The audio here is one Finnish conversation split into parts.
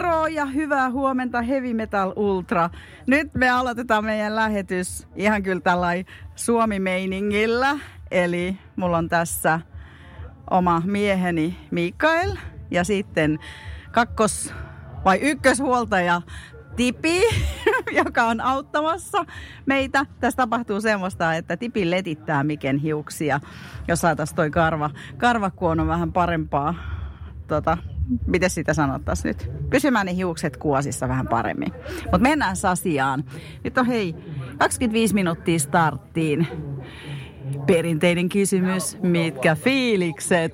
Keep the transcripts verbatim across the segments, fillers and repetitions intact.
Moro ja hyvää huomenta Heavy Metal Ultra. Nyt me aloitetaan meidän lähetys ihan kyllä tällainen Suomi-meiningillä. Eli mulla on tässä oma mieheni Mikael ja sitten kakkos- vai ykköshuoltaja Tipi, joka on auttamassa meitä. Tässä tapahtuu semmoista, että Tipi letittää Miken hiuksia, jos saataisiin toi karva, karvakuono vähän parempaa. Tota, miten sitä sanottaisiin nyt? Pysymään ne hiukset kuosissa vähän paremmin. Mutta mennään asiaan. Nyt on hei, kaksikymmentäviisi minuuttia starttiin. Perinteinen kysymys, mitkä fiilikset?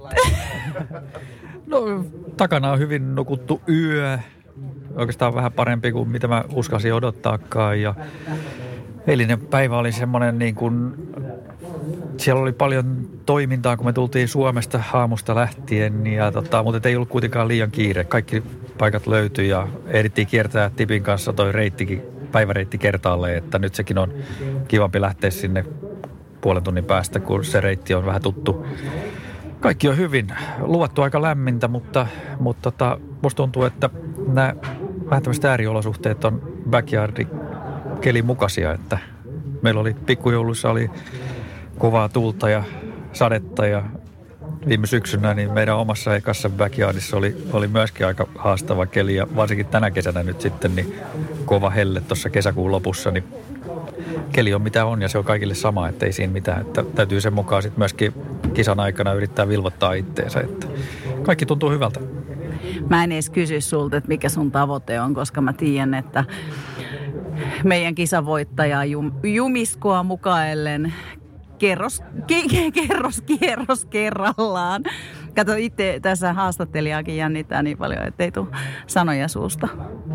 No, takana on hyvin nukuttu yö. Oikeastaan vähän parempi kuin mitä mä uskalsin odottaakaan. Ja eilinen päivä oli semmoinen niin kuin, siellä oli paljon toimintaa, kun me tultiin Suomesta aamusta lähtien. Ja tota, mutta ei ollut kuitenkaan liian kiire. Kaikki paikat löytyi ja ehdittiin kiertää Tipin kanssa toi reittikin, päiväreitti kertaalleen. Että nyt sekin on kivampi lähteä sinne puolen tunnin päästä, kun se reitti on vähän tuttu. Kaikki on hyvin. Luvattu aika lämmintä, mutta, mutta tota, musta tuntuu, että nämä vähän tämmöiset ääriolosuhteet on backyardin kelin mukaisia. Että meillä oli pikkujouluissa oli kovaa tuulta ja sadetta ja viime syksynä niin meidän omassa ekassa backyardissa oli, oli myöskin aika haastava keli ja varsinkin tänä kesänä nyt sitten niin kova helle tuossa kesäkuun lopussa, niin keli on mitä on ja se on kaikille sama, että ei siinä mitään. Että täytyy sen mukaan sitten myöskin kisan aikana yrittää vilvottaa itteensä, että kaikki tuntuu hyvältä. Mä en edes kysy sulta, että mikä sun tavoite on, koska mä tiedän, että meidän kisavoittaja jum, jumiskoa mukaellen kerros, ke, kerros, kierros kerrallaan. Kato, itse tässä haastattelijaakin jännittää niin paljon, ettei tule sanoja suusta.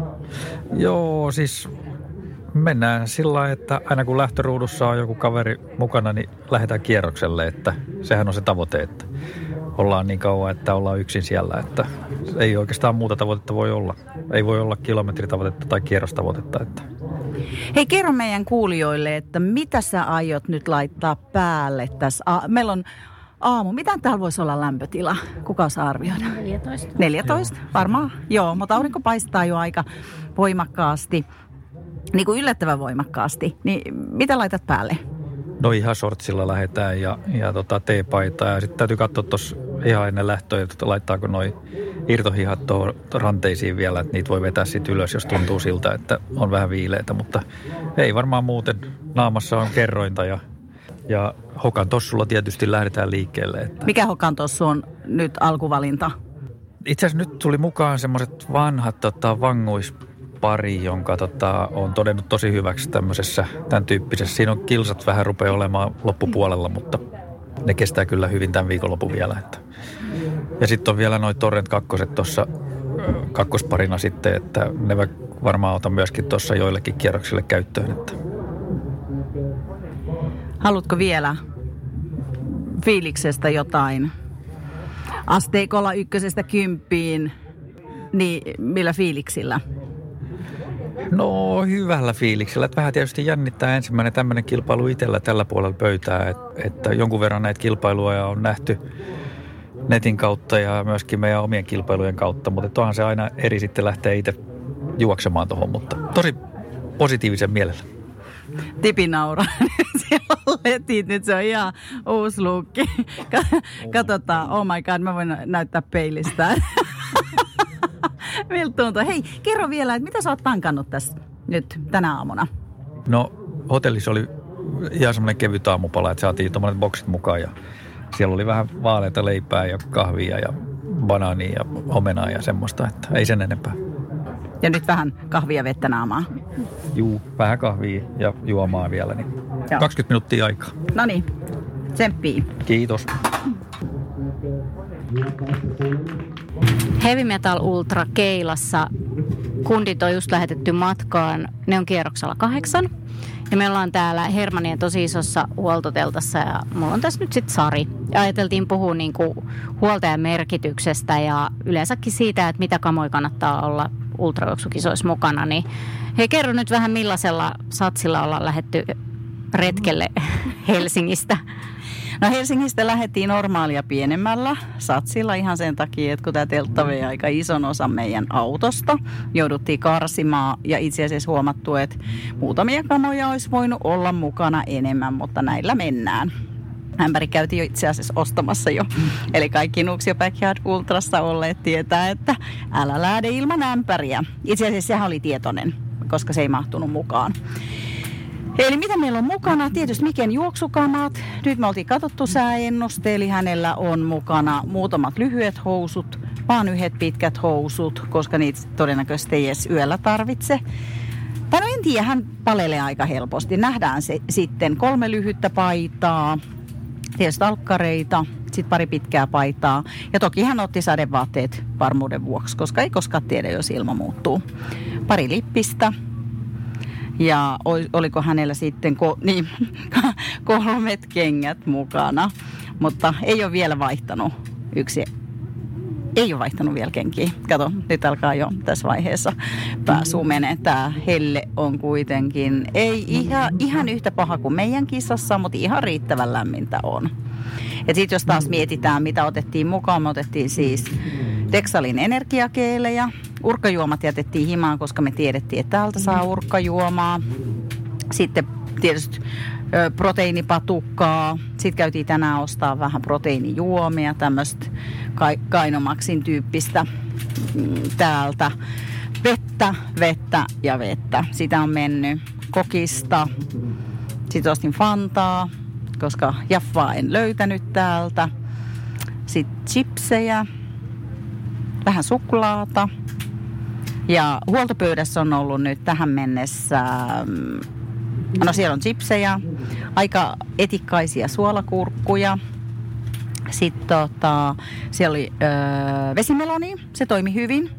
Joo, siis mennään sillä lailla, että aina kun lähtöruudussa on joku kaveri mukana, niin lähdetään kierrokselle, että sehän on se tavoite, että ollaan niin kauan, että ollaan yksin siellä, että ei oikeastaan muuta tavoitetta voi olla. Ei voi olla kilometritavoitetta tai kierrostavoitetta. Että. Hei, kerro meidän kuulijoille, että mitä sä aiot nyt laittaa päälle tässä. Meillä on aamu. Mitä täällä voisi olla lämpötila? Kuka osaa arvioida? neljätoista. neljätoista, Joo. Varmaan. Joo, mutta aurinko paistaa jo aika voimakkaasti. Niin kuin yllättävän voimakkaasti. Niin mitä laitat päälle? No ihan shortsilla lähdetään ja, ja tota T-paitaa. Ja sitten täytyy katsoa tuossa ihan ennen lähtöä, että laittaako noi irtohihat tuohon ranteisiin vielä. Että niitä voi vetää sitten ylös, jos tuntuu siltä, että on vähän viileitä. Mutta ei varmaan muuten. Naamassa on kerrointa ja, ja hokan tossulla tietysti lähdetään liikkeelle. Että. Mikä hokan tossu on nyt alkuvalinta? Itse asiassa nyt tuli mukaan semmoiset vanhat tota, vanguis pari, jonka tota, on todennut tosi hyväksi tämmöisessä, tämän tyyppisessä. Siinä on kilsat vähän rupeaa olemaan loppupuolella, mutta ne kestää kyllä hyvin tämän viikonlopun vielä. Että. Ja sitten on vielä noi Torrent kakkoset tuossa kakkosparina sitten, että ne varmaan otan myöskin tuossa joillekin kierroksille käyttöön. Että. Haluatko vielä fiiliksestä jotain? Asteikolla ykkösestä kymppiin, niin millä fiiliksillä? No hyvällä fiiliksellä. Että vähän tietysti jännittää ensimmäinen tämmöinen kilpailu itsellä tällä puolella pöytää, että, että jonkun verran näitä kilpailuja on nähty netin kautta ja myöskin meidän omien kilpailujen kautta, mutta onhan se aina eri sitten lähtee itse juoksemaan tuohon, mutta tosi positiivisen mielellä. Tipi nauraa. Siellä on letit, nyt se on ihan uusi luukki. Katsotaan, oh my god, mä voin näyttää peilistä. Miltä tuntuu? Hei, kerro vielä, että mitä sä oot tankannut tässä nyt tänä aamuna? No, hotellissa oli ihan semmoinen kevyt aamupala, että saatiin tommoinen boksit mukaan ja siellä oli vähän vaaleita leipää ja kahvia ja banaania ja omenaa ja semmoista, että ei sen enempää. Ja nyt vähän kahvia vettä naamaa. Juu, vähän kahvia ja juomaa vielä, niin Joo. kaksikymmentä minuuttia aikaa. No niin, tsemppii. Kiitos. Heavy Metal Ultra Keilassa kundit on just lähetetty matkaan. Ne on kierroksella kahdeksan. Ja me ollaan täällä Hermanien tosi isossa huoltoteltassa ja mulla on tässä nyt sitten Sari. Ja ajateltiin puhua niinku huoltajan merkityksestä ja yleensäkin siitä, että mitä kamoja kannattaa olla ultrajuoksukisoissa mukana. Niin hei, kerro nyt vähän millaisella satsilla ollaan lähdetty retkelle Helsingistä. No Helsingistä lähdettiin normaalia pienemmällä satsilla ihan sen takia, että kun tämä teltta vei aika ison osan meidän autosta, jouduttiin karsimaan ja itse asiassa huomattu, että muutamia kanoja olisi voinut olla mukana enemmän, mutta näillä mennään. Ämpäri käytiin jo itse asiassa ostamassa jo. Eli kaikki Nuuksio Backyard Ultrassa olleet tietää, että älä lähde ilman ämpäriä. Itse asiassa sehän oli tietoinen, koska se ei mahtunut mukaan. Eli mitä meillä on mukana? Tietysti Miken juoksukamat. Nyt me oltiin katsottu sääennuste, eli hänellä on mukana muutamat lyhyet housut, vaan yhdet pitkät housut, koska niitä todennäköisesti ei edes yöllä tarvitse. Tai no en tiedä, hän palelee aika helposti. Nähdään se sitten kolme lyhyttä paitaa, tietysti alkkareita, sitten pari pitkää paitaa. Ja toki hän otti sadevaatteet varmuuden vuoksi, koska ei koskaan tiedä, jos ilma muuttuu. Pari lippistä. Ja oliko hänellä sitten ko- niin, kolmet kengät mukana, mutta ei ole vielä vaihtanut yksi. Ei ole vaihtanut vielä kenkiä. Kato, nyt alkaa jo tässä vaiheessa pää sumenee. Tämä helle on kuitenkin, ei ihan, ihan yhtä paha kuin meidän kisassa, mutta ihan riittävän lämmintä on. Ja sitten jos taas mietitään, mitä otettiin mukaan, me otettiin siis Dexalin energiakeelejä. Urkkajuomat jätettiin himaan, koska me tiedettiin, että täältä saa urkkajuomaa. Sitten tietysti ö, proteiinipatukkaa. Sitten käytiin tänään ostaa vähän proteiinijuomia, tämmöistä Kainomaksin tyyppistä mm, täältä. Vettä, vettä ja vettä. Sitä on mennyt kokista. Sitten ostin Fantaa, koska Jaffaa en löytänyt täältä. Sitten chipsejä, vähän suklaata. Ja huoltopöydässä on ollut nyt tähän mennessä, no siellä on chipsejä, aika etikkaisia suolakurkkuja. Sitten tota, siellä oli öö, vesimeloni, se toimi hyvin.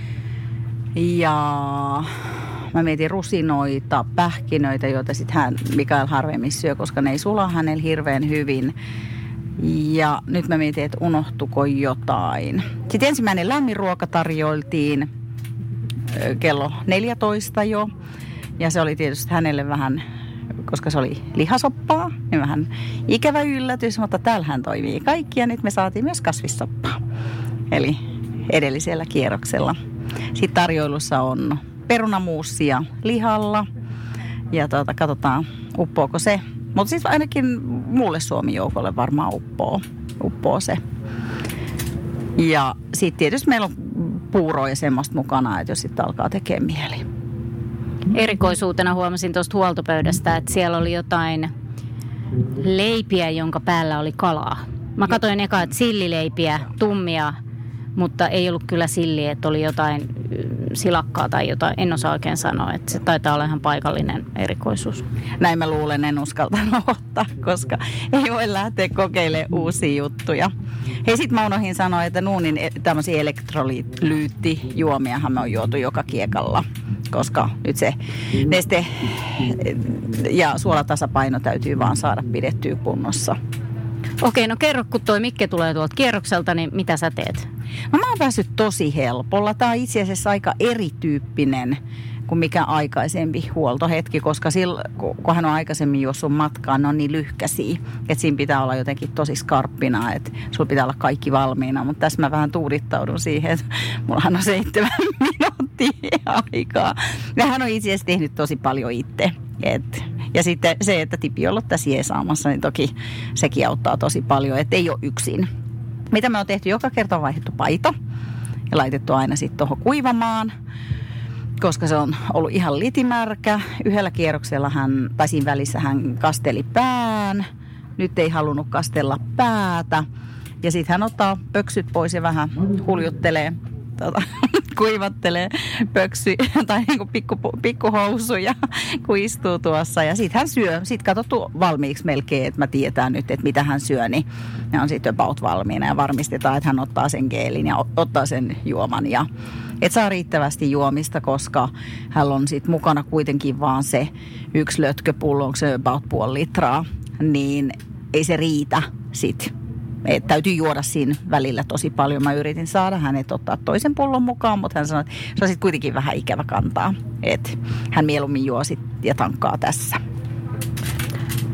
Ja mä mietin rusinoita, pähkinöitä, joita sitten hän, Mikael harvemmin syö, koska ne ei sula hänellä hirveän hyvin. Ja nyt mä mietin, että unohtuko jotain. Sitten ensimmäinen lämmin ruoka tarjoiltiin kello neljätoista jo. Ja se oli tietysti hänelle vähän, koska se oli lihasoppaa, niin vähän ikävä yllätys, mutta täällähän toimii kaikki. Ja nyt me saatiin myös kasvissoppaa. Eli edellisellä kierroksella. Sitten tarjoilussa on perunamuusia lihalla. Ja tuota, katsotaan, uppoako se. Mutta siis ainakin muulle Suomi-joukolle varmaan uppoo, uppoo se. Ja sitten tietysti meillä on puuroa ja semmoista mukana, että jos sitten alkaa tekemään mieli. Erikoisuutena huomasin tuosta huoltopöydästä, että siellä oli jotain leipiä, jonka päällä oli kalaa. Mä katsoin eka, että sillileipiä, tummia, mutta ei ollut kyllä silliä, että oli jotain silakkaa tai jotain. En osaa oikein sanoa, että se taitaa olla ihan paikallinen erikoisuus. Näin mä luulen, en uskaltanut ottaa, koska ei voi lähteä kokeilemaan uusia juttuja. Hei, sit mä unohdin sanoa, että Nuunin tämmöisiä elektrolyyttijuomiahan me on juotu joka kiekalla, koska nyt se neste ja suolatasapaino täytyy vaan saada pidettyä kunnossa. Okei, no kerro, kun toi Mikke tulee tuolta kierrokselta, niin mitä sä teet? No mä oon päässyt tosi helpolla. Tää on itse asiassa aika erityyppinen kuin mikä aikaisempi huoltohetki, koska silloin, kun hän on aikaisemmin juossut matkaan, ne on niin lyhkäisiä, että siinä pitää olla jotenkin tosi skarppina, että sulla pitää olla kaikki valmiina. Mutta tässä mä vähän tuudittaudun siihen, että mullahan on seitsemän minuuttia aikaa. Ja hän on itse asiassa tehnyt tosi paljon itse. Et, ja sitten se, että Tipi on ollut tässä jeesaamassa, niin toki sekin auttaa tosi paljon, että ei ole yksin. Mitä me on tehty? Joka kerta on vaihdettu paita ja laitettu aina sitten tuohon kuivamaan, koska se on ollut ihan litimärkä. Yhdellä kierroksella hän, tai siinä välissä hän kasteli pään. Nyt ei halunnut kastella päätä. Ja sitten hän ottaa pöksyt pois ja vähän huljuttelee, tuota, kuivattelee pöksy tai niin kuin pikku, pikkuhousuja, kun istuu tuossa. Ja sitten hän syö. Sitten katsottu valmiiksi melkein, että mä tiedän nyt, että mitä hän syö, niin ne on sitten about valmiina. Ja varmistetaan, että hän ottaa sen geelin ja ottaa sen juoman. Ja et saa riittävästi juomista, koska hän on sitten mukana kuitenkin vaan se yksi lötköpullo, onko se about puoli litraa, niin ei se riitä sitten. Et täytyy juoda siinä välillä tosi paljon. Mä yritin saada hänet ottaa toisen pullon mukaan, mutta hän sanoi, että se on sitten kuitenkin vähän ikävä kantaa. Että hän mieluummin juo sit ja tankkaa tässä.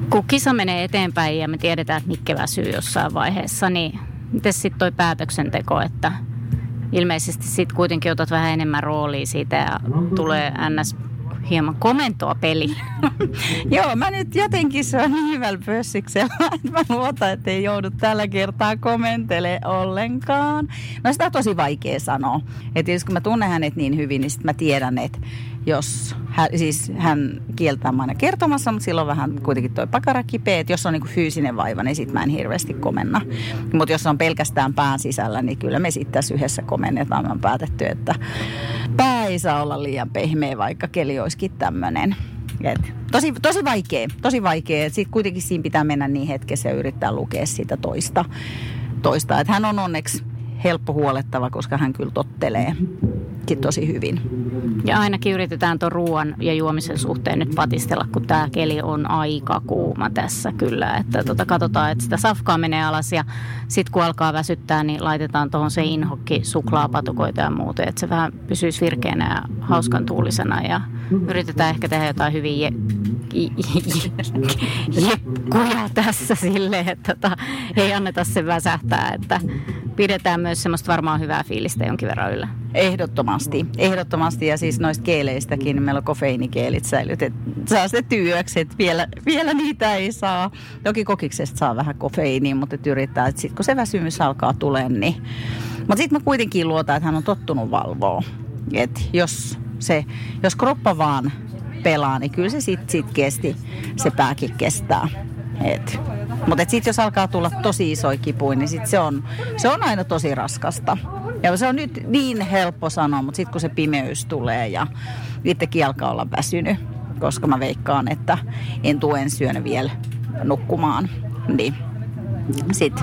kun kisa menee eteenpäin ja me tiedetään, että Mikke väsyy jossain vaiheessa, niin miten sitten toi päätöksenteko, että ilmeisesti sitten kuitenkin otat vähän enemmän roolia siitä ja tulee ns. Hieman komentoa peliin. Joo, mä nyt jotenkin se on niin hyvällä pössiksellä, että mä luotan, että ei joudu tällä kertaa komentele ollenkaan. No sitä on tosi vaikea sanoa. Että jos kun mä tunnen hänet niin hyvin, niin sit mä tiedän, että jos hän, siis hän kieltää aina kertomassa, mutta silloin vähän kuitenkin toi pakara kipeä, että jos on niinku fyysinen vaiva, niin sit mä en hirveästi komenna. Mutta jos on pelkästään pään sisällä, niin kyllä me sitten tässä yhdessä komennetaan. Mä oon päätetty, että pää ei saa olla liian pehmeä, vaikka keli olisikin tämmönen. Et tosi, tosi vaikea, tosi vaikea. Sitten kuitenkin siinä pitää mennä niin hetkessä ja yrittää lukea sitä toista. toista. Että hän on onneksi helppo huolettava, koska hän kyllä tottelee tosi hyvin. Ja ainakin yritetään tuon ruoan ja juomisen suhteen nyt patistella, kun tämä keli on aika kuuma tässä kyllä. Että tota, katsotaan, että sitä safkaa menee alas ja sitten kun alkaa väsyttää, niin laitetaan tuohon se inhokki, suklaapatukoita ja muuta, että se vähän pysyisi virkeänä ja hauskan tuulisena ja yritetään ehkä tehdä jotain hyvin je- jekkuja tässä silleen, että tota, ei anneta sen väsähtää, että pidetään myös semmoista varmaan hyvää fiilistä jonkin verran yllä. Ehdottomasti, ehdottomasti ja siis noista keeleistäkin niin meillä on kofeiinikeelit säilyt, että saa sitten työksi, että vielä, vielä niitä ei saa. Toki kokiksesta saa vähän kofeiiniä, mutta et yrittää, että sitten kun se väsymys alkaa tulemaan, niin. Mutta sitten mä kuitenkin luotan, että hän on tottunut valvoa. Että jos, se, jos kroppa vaan pelaa, niin kyllä se sitten sit kesti, se pääkin kestää. Et. Mutta sitten jos alkaa tulla tosi isoja kipuja, niin sit se, on, se on aina tosi raskasta. Ja se on nyt niin helppo sanoa, mutta sitten kun se pimeys tulee ja itsekin alkaa olla väsynyt, koska mä veikkaan, että en tule ensi yönä vielä nukkumaan, niin sitten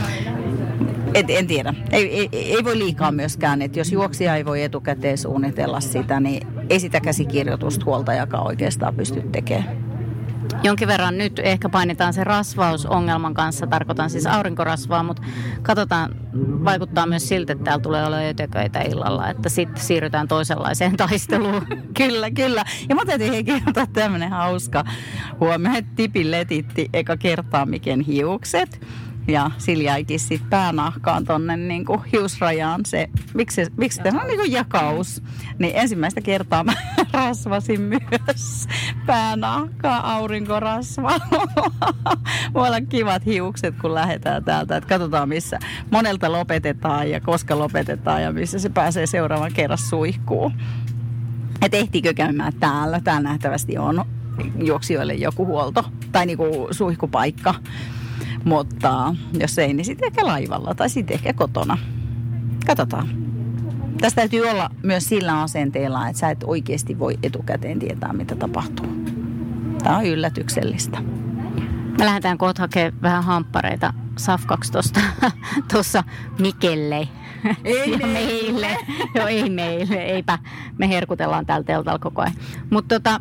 et, en tiedä. Ei, ei, ei voi liikaa myöskään, että jos juoksija ei voi etukäteen suunnitella sitä, niin ei sitä käsikirjoitusta huoltajakaan oikeastaan pysty tekemään. Jonkin verran nyt ehkä painetaan se rasvausongelman kanssa, tarkoitan siis aurinkorasvaa, mutta katsotaan, vaikuttaa myös siltä, että täällä tulee olla ötököitä illalla, että sitten siirrytään toisenlaiseen taisteluun. Kyllä, kyllä. Ja mä täytyy hei kertoa tämmönen hauska huomio, että Tipi letitti eka kertaa Miken hiukset. Ja sillä jäikin sitten päänahkaan tonne niinku hiusrajaan se, miksi, miksi tässä on niinku jakaus. Niin ensimmäistä kertaa mä rasvasin myös päänahkaa aurinkorasvalla. Voi olla kivat hiukset, kun lähdetään täältä. Et katsotaan, missä monelta lopetetaan ja koska lopetetaan ja missä se pääsee seuraavan kerran suihkuun. Et ehtiikö käymään täällä? Täällä nähtävästi on juoksijoille joku huolto tai niinku suihkupaikka. Mutta jos ei, niin sitten ehkä laivalla tai sitten ehkä kotona. Katsotaan. Tästä täytyy olla myös sillä asenteella, että sä et oikeasti voi etukäteen tietää, mitä tapahtuu. Tämä on yllätyksellistä. Me lähdetään kohta hakemaan vähän hamppareita safkaksi tuossa Mikelle. Ei ja meille. Joo, ei meille. Eipä. Me herkutellaan täällä teltalla koko ajan. Mutta tota,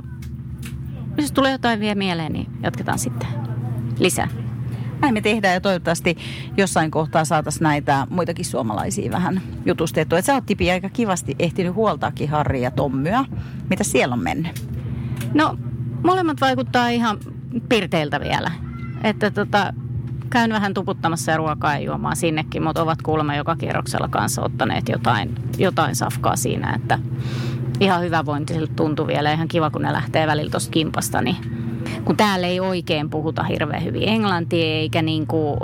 jos tulee jotain vielä mieleen, niin jatketaan sitten lisää. Näin me tehdään ja toivottavasti jossain kohtaa saataisiin näitä muitakin suomalaisia vähän jutustettua. Että sä oot Tipi aika kivasti ehtinyt huoltaakin Harri ja Tommyä. Mitä siellä on mennyt? No, molemmat vaikuttaa ihan pirteiltä vielä. Että tota, käyn vähän tuputtamassa ja ruokaa ja juomaan sinnekin, mutta ovat kuulemma joka kierroksella kanssa ottaneet jotain, jotain safkaa siinä, että ihan hyvävointisilta tuntuu vielä. Ihan kiva, kun ne lähtee välillä tuosta kimpasta, niin kun täällä ei oikein puhuta hirveän hyvin englantia eikä niin kuin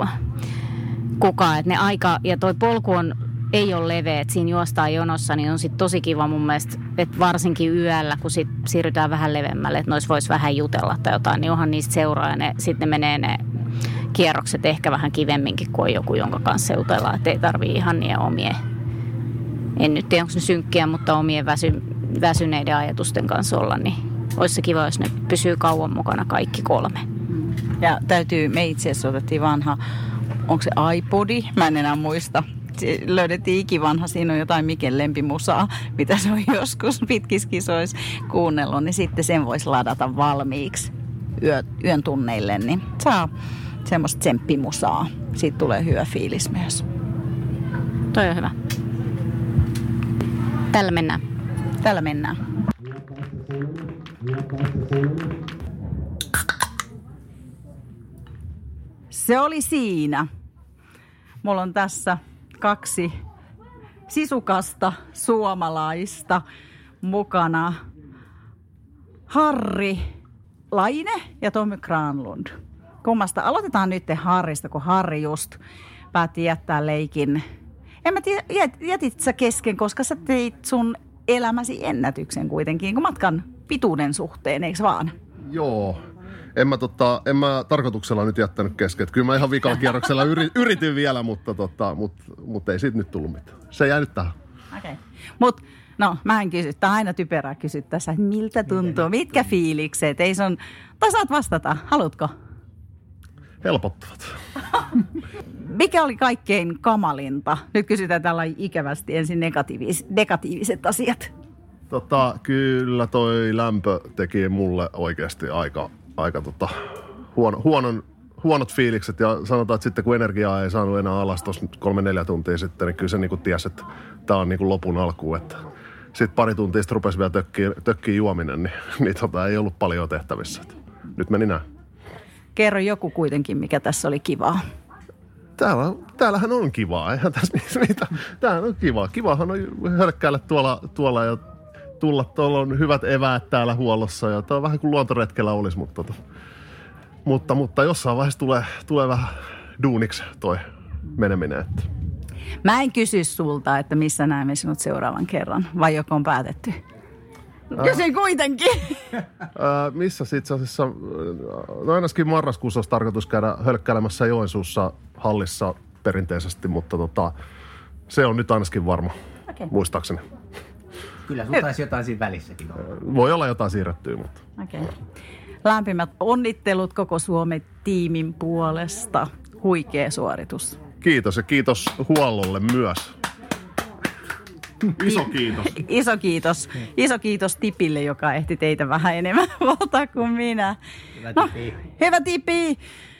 kukaan, että ne aika, ja toi polku on, ei ole leveä, että siinä juostaan jonossa, niin on sitten tosi kiva mun mielestä, että varsinkin yöllä, kun sit siirrytään vähän leveämmälle, että nois voisi vähän jutella tai jotain, niin onhan niistä seuraa ja ne, sitten ne menee ne kierrokset ehkä vähän kivemminkin kuin on joku, jonka kanssa jutellaan, että ei tarvii ihan niiden omien, en nyt tiedä onko ne synkkiä, mutta omien väsy, väsyneiden ajatusten kanssa olla, niin olisi se kiva, jos ne pysyy kauan mukana kaikki kolme. Ja täytyy, me itse asiassa otettiin vanha, onko se iPodi? Mä en enää muista. Löydettiin ikivanha, siinä on jotain Miken lempimusaa, mitä se on joskus pitkissä kisoissa kuunnellut, niin sitten sen voisi ladata valmiiksi yö, yön tunneille, niin saa semmoista tsemppimusaa. Siitä tulee hyvä fiilis myös. Toi on hyvä. Tällä mennään. Tällä mennään. Se oli siinä. Mulla on tässä kaksi sisukasta suomalaista mukana. Harri Laine ja Tommy Granlund. Kummasta? Aloitetaan nyt Harrista, kun Harri just päätti jättää leikin. En mä tiedä, jätit sä kesken, koska sä teit sun elämäsi ennätyksen kuitenkin, kun matkan pituuden suhteen, eikö vaan? Joo. En mä, tota, en mä tarkoituksella nyt jättänyt kesken. Kyllä mä ihan vikalla kierroksella yri, yritin vielä, mutta tota, mut, mut ei siitä nyt tullut mitään. Se jäi nyt tähän. Okei. Okay. Mut no, mä en kysy. Tää on aina typerää kysyä tässä, että miltä tuntuu, mitkä fiilikset. Ei sun... Tai saat vastata. Haluatko? Helpottavat. Mikä oli kaikkein kamalinta? Nyt kysytään tällä ikävästi ensin negatiivis- negatiiviset asiat. Tota, kyllä toi lämpö teki mulle oikeasti aika, aika tota, huono, huonon, huonot fiilikset. Ja sanotaan, että sitten kun energiaa ei saanut enää alas tuossa kolme neljä tuntia sitten, niin kyllä se niin tiesi, että tämä on niin lopun alku. Sitten pari tuntia sitten rupesi vielä tökkiä, tökkiä juominen, niin, niin tota, ei ollut paljon tehtävissä. Nyt meni näin. Kerro joku kuitenkin, mikä tässä oli kivaa. Täällä, täällähän on kivaa. Eihän tässä niitä. Tämähän on kivaa. Kivahan on hölkkäällä tuolla, tuolla ja tulla. Tuolla on hyvät eväät täällä huollossa ja tämä on vähän kuin luontoretkellä olisi, mutta, mutta, mutta jossain vaiheessa tulee, tulee vähän duuniksi toi meneminen. Että. Mä en kysy sulta, että missä näemme sinut seuraavan kerran, vai joko on päätetty? Kysyn kuitenkin. Äh, missä itse asiassa, no ainakin marraskuussa olisi tarkoitus käydä hölkkäilemässä Joensuussa hallissa perinteisesti, mutta tota, se on nyt ainakin varma, okay. Muistaakseni. Kyllä sun taisi jotain siinä välissäkin olla. Voi olla jotain siirrettyä, mutta. Okay. Lämpimät onnittelut koko Suomen tiimin puolesta. Huikea suoritus. Kiitos ja kiitos huollolle myös. Iso kiitos. Iso kiitos. Iso kiitos Tipille, joka ehti teitä vähän enemmän valtaa kuin minä. Hyvä no, tipi. Hyvä tipi.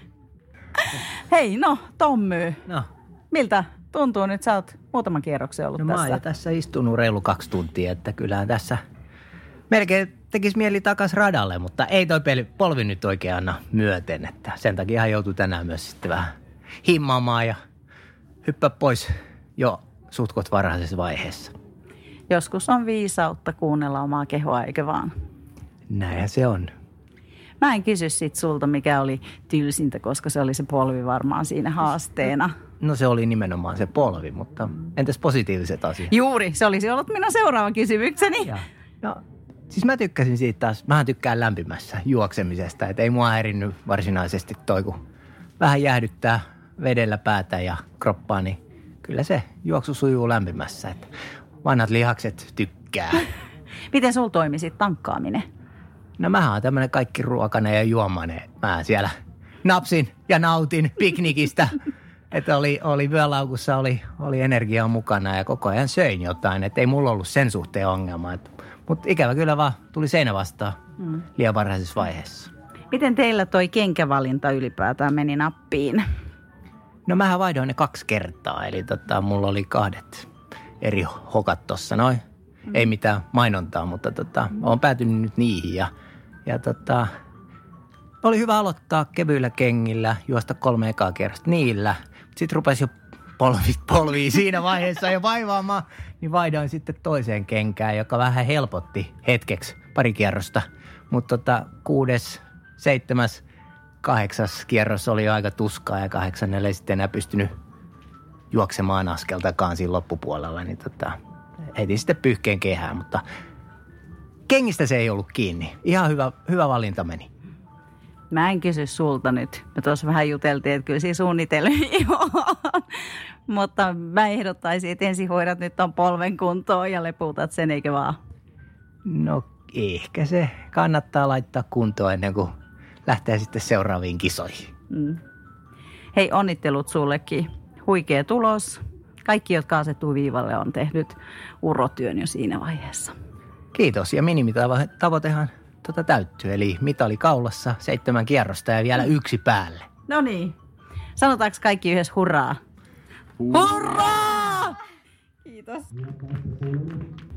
Hei, no Tommy. No. Miltä tuntuu nyt? Sä oot muutaman kierroksen ollut no, tässä. Mä oon jo tässä istunut reilu kaksi tuntia, että kyllähän tässä melkein tekisi mieli takas radalle, mutta ei toi peli, polvi nyt oikein anna myöten, että sen takia joutui tänään myös sitten vähän himmaamaan ja hyppää pois jo suhtkot varhaisessa vaiheessa. Joskus on viisautta kuunnella omaa kehoa, eikö vaan? Näinhän se on. Mä en kysy sit sulta, mikä oli tylsintä, koska se oli se polvi varmaan siinä haasteena. No se oli nimenomaan se polvi, mutta entäs positiiviset asiat? Juuri, se olisi ollut minun seuraava kysymykseni. Ja, no, siis mä tykkäsin siitä taas, mähän tykkään lämpimässä juoksemisesta, että ei mua häirinnyt varsinaisesti toi, kun vähän jäähdyttää vedellä päätä ja kroppaa, niin kyllä se juoksu sujuu lämpimässä, että vanhat lihakset tykkää. Miten sul toimi sit tankkaaminen? No mähän oon tämmönen kaikki ruokainen ja juomainen. Mä siellä napsin ja nautin piknikistä. Että oli, oli vyölaukussa, oli, oli energiaa mukana ja koko ajan söin jotain. Että ei mulla ollut sen suhteen ongelmaa. Mutta ikävä kyllä vaan tuli seinä vastaan mm. liian varhaisessa vaiheessa. Miten teillä toi kenkävalinta ylipäätään meni nappiin? No mähän vaihdoin ne kaksi kertaa. Eli tota, mulla oli kahdet eri hokat tossa noin. Mm. Ei mitään mainontaa, mutta tota, olen päätynyt nyt niihin ja, ja tota, oli hyvä aloittaa kevyillä kengillä, juosta kolme ekaa kierrosta niillä. Sitten rupesi jo polvi, polviin siinä vaiheessa jo vaivaamaan, niin vaihdoin sitten toiseen kenkään, joka vähän helpotti hetkeksi pari kierrosta. Mutta tota, kuudes, seitsemäs, kahdeksas kierros oli jo aika tuskaa ja kahdeksannelle ei sitten enää pystynyt juoksemaan askeltakaan siinä loppupuolella, niin tota, heitin sitten pyyhkeen kehään, mutta kengistä se ei ollut kiinni. Ihan hyvä, hyvä valinta meni. Mä en kysy sulta nyt. Me tuossa vähän juteltiin, että kyllä siinä suunnitelmia on. Mutta mä ehdottaisin, että ensin hoidat nyt ton polven kuntoon ja lepuutat sen, eikö vaan? No ehkä se kannattaa laittaa kuntoon ennen kuin lähtee sitten seuraaviin kisoihin. Mm. Hei, onnittelut sullekin. Huikea tulos. Kaikki, jotka asettuu viivalle, on tehnyt urotyön jo siinä vaiheessa. Kiitos. Ja minimitavoitehan tota täyttyy. Eli mitali kaulassa, seitsemän kierrosta ja vielä yksi päälle. No niin. Sanotaanko kaikki yhdessä hurraa? Hurraa! Kiitos.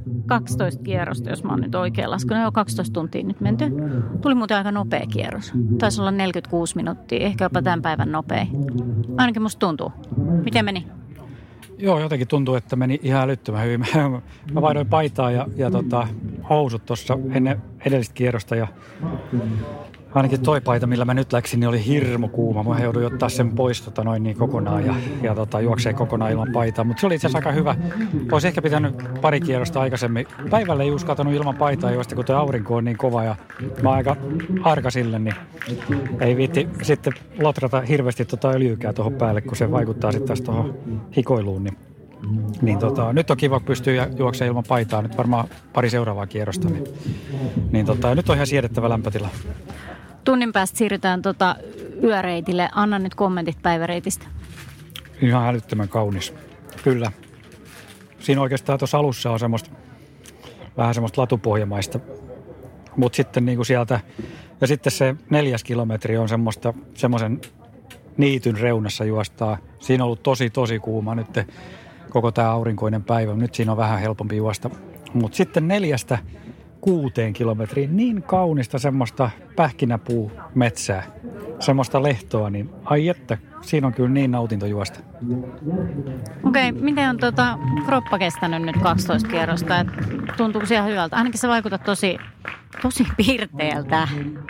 kaksitoista kierrosta, jos mä oon nyt oikein laskenut. Joo, kaksitoista tuntia nyt menty. Tuli muuten aika nopea kierros. Taisi olla neljäkymmentäkuusi minuuttia, ehkä jopa tämän päivän nopea. Ainakin musta tuntuu. Miten meni? Joo, jotenkin tuntuu, että meni ihan älyttömän hyvin. Mä, mä vaihdoin paitaa ja, ja tota, housut tuossa ennen edellistä kierrosta ja ainakin toi paita, millä mä nyt läksin, niin oli hirmu kuuma. Mä jouduin ottaa sen pois tota, noin niin kokonaan ja, ja tota, juoksee kokonaan ilman paitaa. Mutta se oli itse asiassa aika hyvä. Olisi ehkä pitänyt pari kierrosta aikaisemmin. Päivällä ei uskaltanut ilman paitaa juosta, kun tuo aurinko on niin kova ja mä oon aika arka sille, niin ei viitti sitten lotrata hirveästi tota öljykää tuohon päälle, kun se vaikuttaa sitten taas tuohon hikoiluun. Niin, niin tota, nyt on kiva, kun pystyy juoksemaan ilman paitaa. Nyt varmaan pari seuraavaa kierrosta. Niin, niin tota, nyt on ihan siedettävä lämpötila. Tunnin päästä siirrytään tota yöreitille. Anna nyt kommentit päiväreitistä. Ihan älyttömän kaunis. Kyllä. Siinä oikeastaan tuossa alussa on semmoista, vähän semmoista latupohjamaista. Mutta sitten niinku sieltä, ja sitten se neljäs kilometri on semmoista, semmoisen niityn reunassa juostaa. Siinä on ollut tosi, tosi kuuma nyt koko tämä aurinkoinen päivä. Nyt siinä on vähän helpompi juosta. Mutta sitten neljästä kuuteen kilometriin niin kaunista semmoista pähkinäpuumetsää, semmoista lehtoa, niin ai että, siinä on kyllä niin nautinto juosta. Okei, okay, miten on tota kroppa kestänyt nyt kaksitoista kierrosta? Et tuntuuko se ihan hyvältä? Ainakin se vaikuttaa tosi, tosi pirteältä.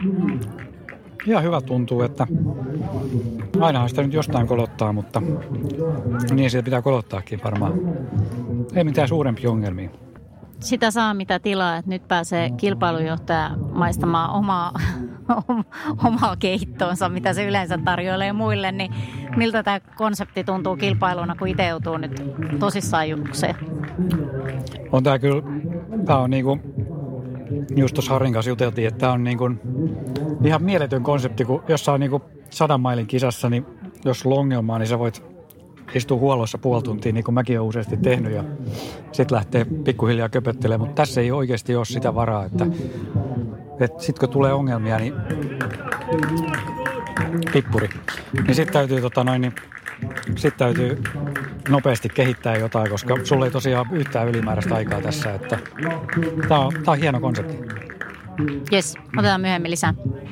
Ihan hyvä tuntuu, että ainahan sitä nyt jostain kolottaa, mutta niin siitä pitää kolottaakin varmaan. Ei mitään suurempia ongelmia. Sitä saa mitä tilaa, että nyt pääsee kilpailujohtaja maistamaan omaa, omaa keittoonsa, mitä se yleensä tarjoilee muille. Niin miltä tämä konsepti tuntuu kilpailuna, kun itse joutuu nyt tosissaan juokseen? On tämä kyllä, tämä on niinku, just tuossa Harrin kanssa juteltiin, että tämä on niinku ihan mieletön konsepti, kun jos on niinku sadan mailin kisassa, niin jos sulla on ongelmaa, niin sä voit istuu huollossa puoli tuntia, niin kuin mäkin olen useasti tehnyt, ja sitten lähtee pikkuhiljaa köpöttelemään. Mutta tässä ei oikeasti ole sitä varaa, että, että sitten kun tulee ongelmia, niin pippuri. Niin sitten täytyy, tota noin, niin, sit täytyy nopeasti kehittää jotain, koska sulla ei tosiaan yhtään ylimääräistä aikaa tässä. Että tämä on, tää on hieno konsepti. Jes, otetaan myöhemmin lisää.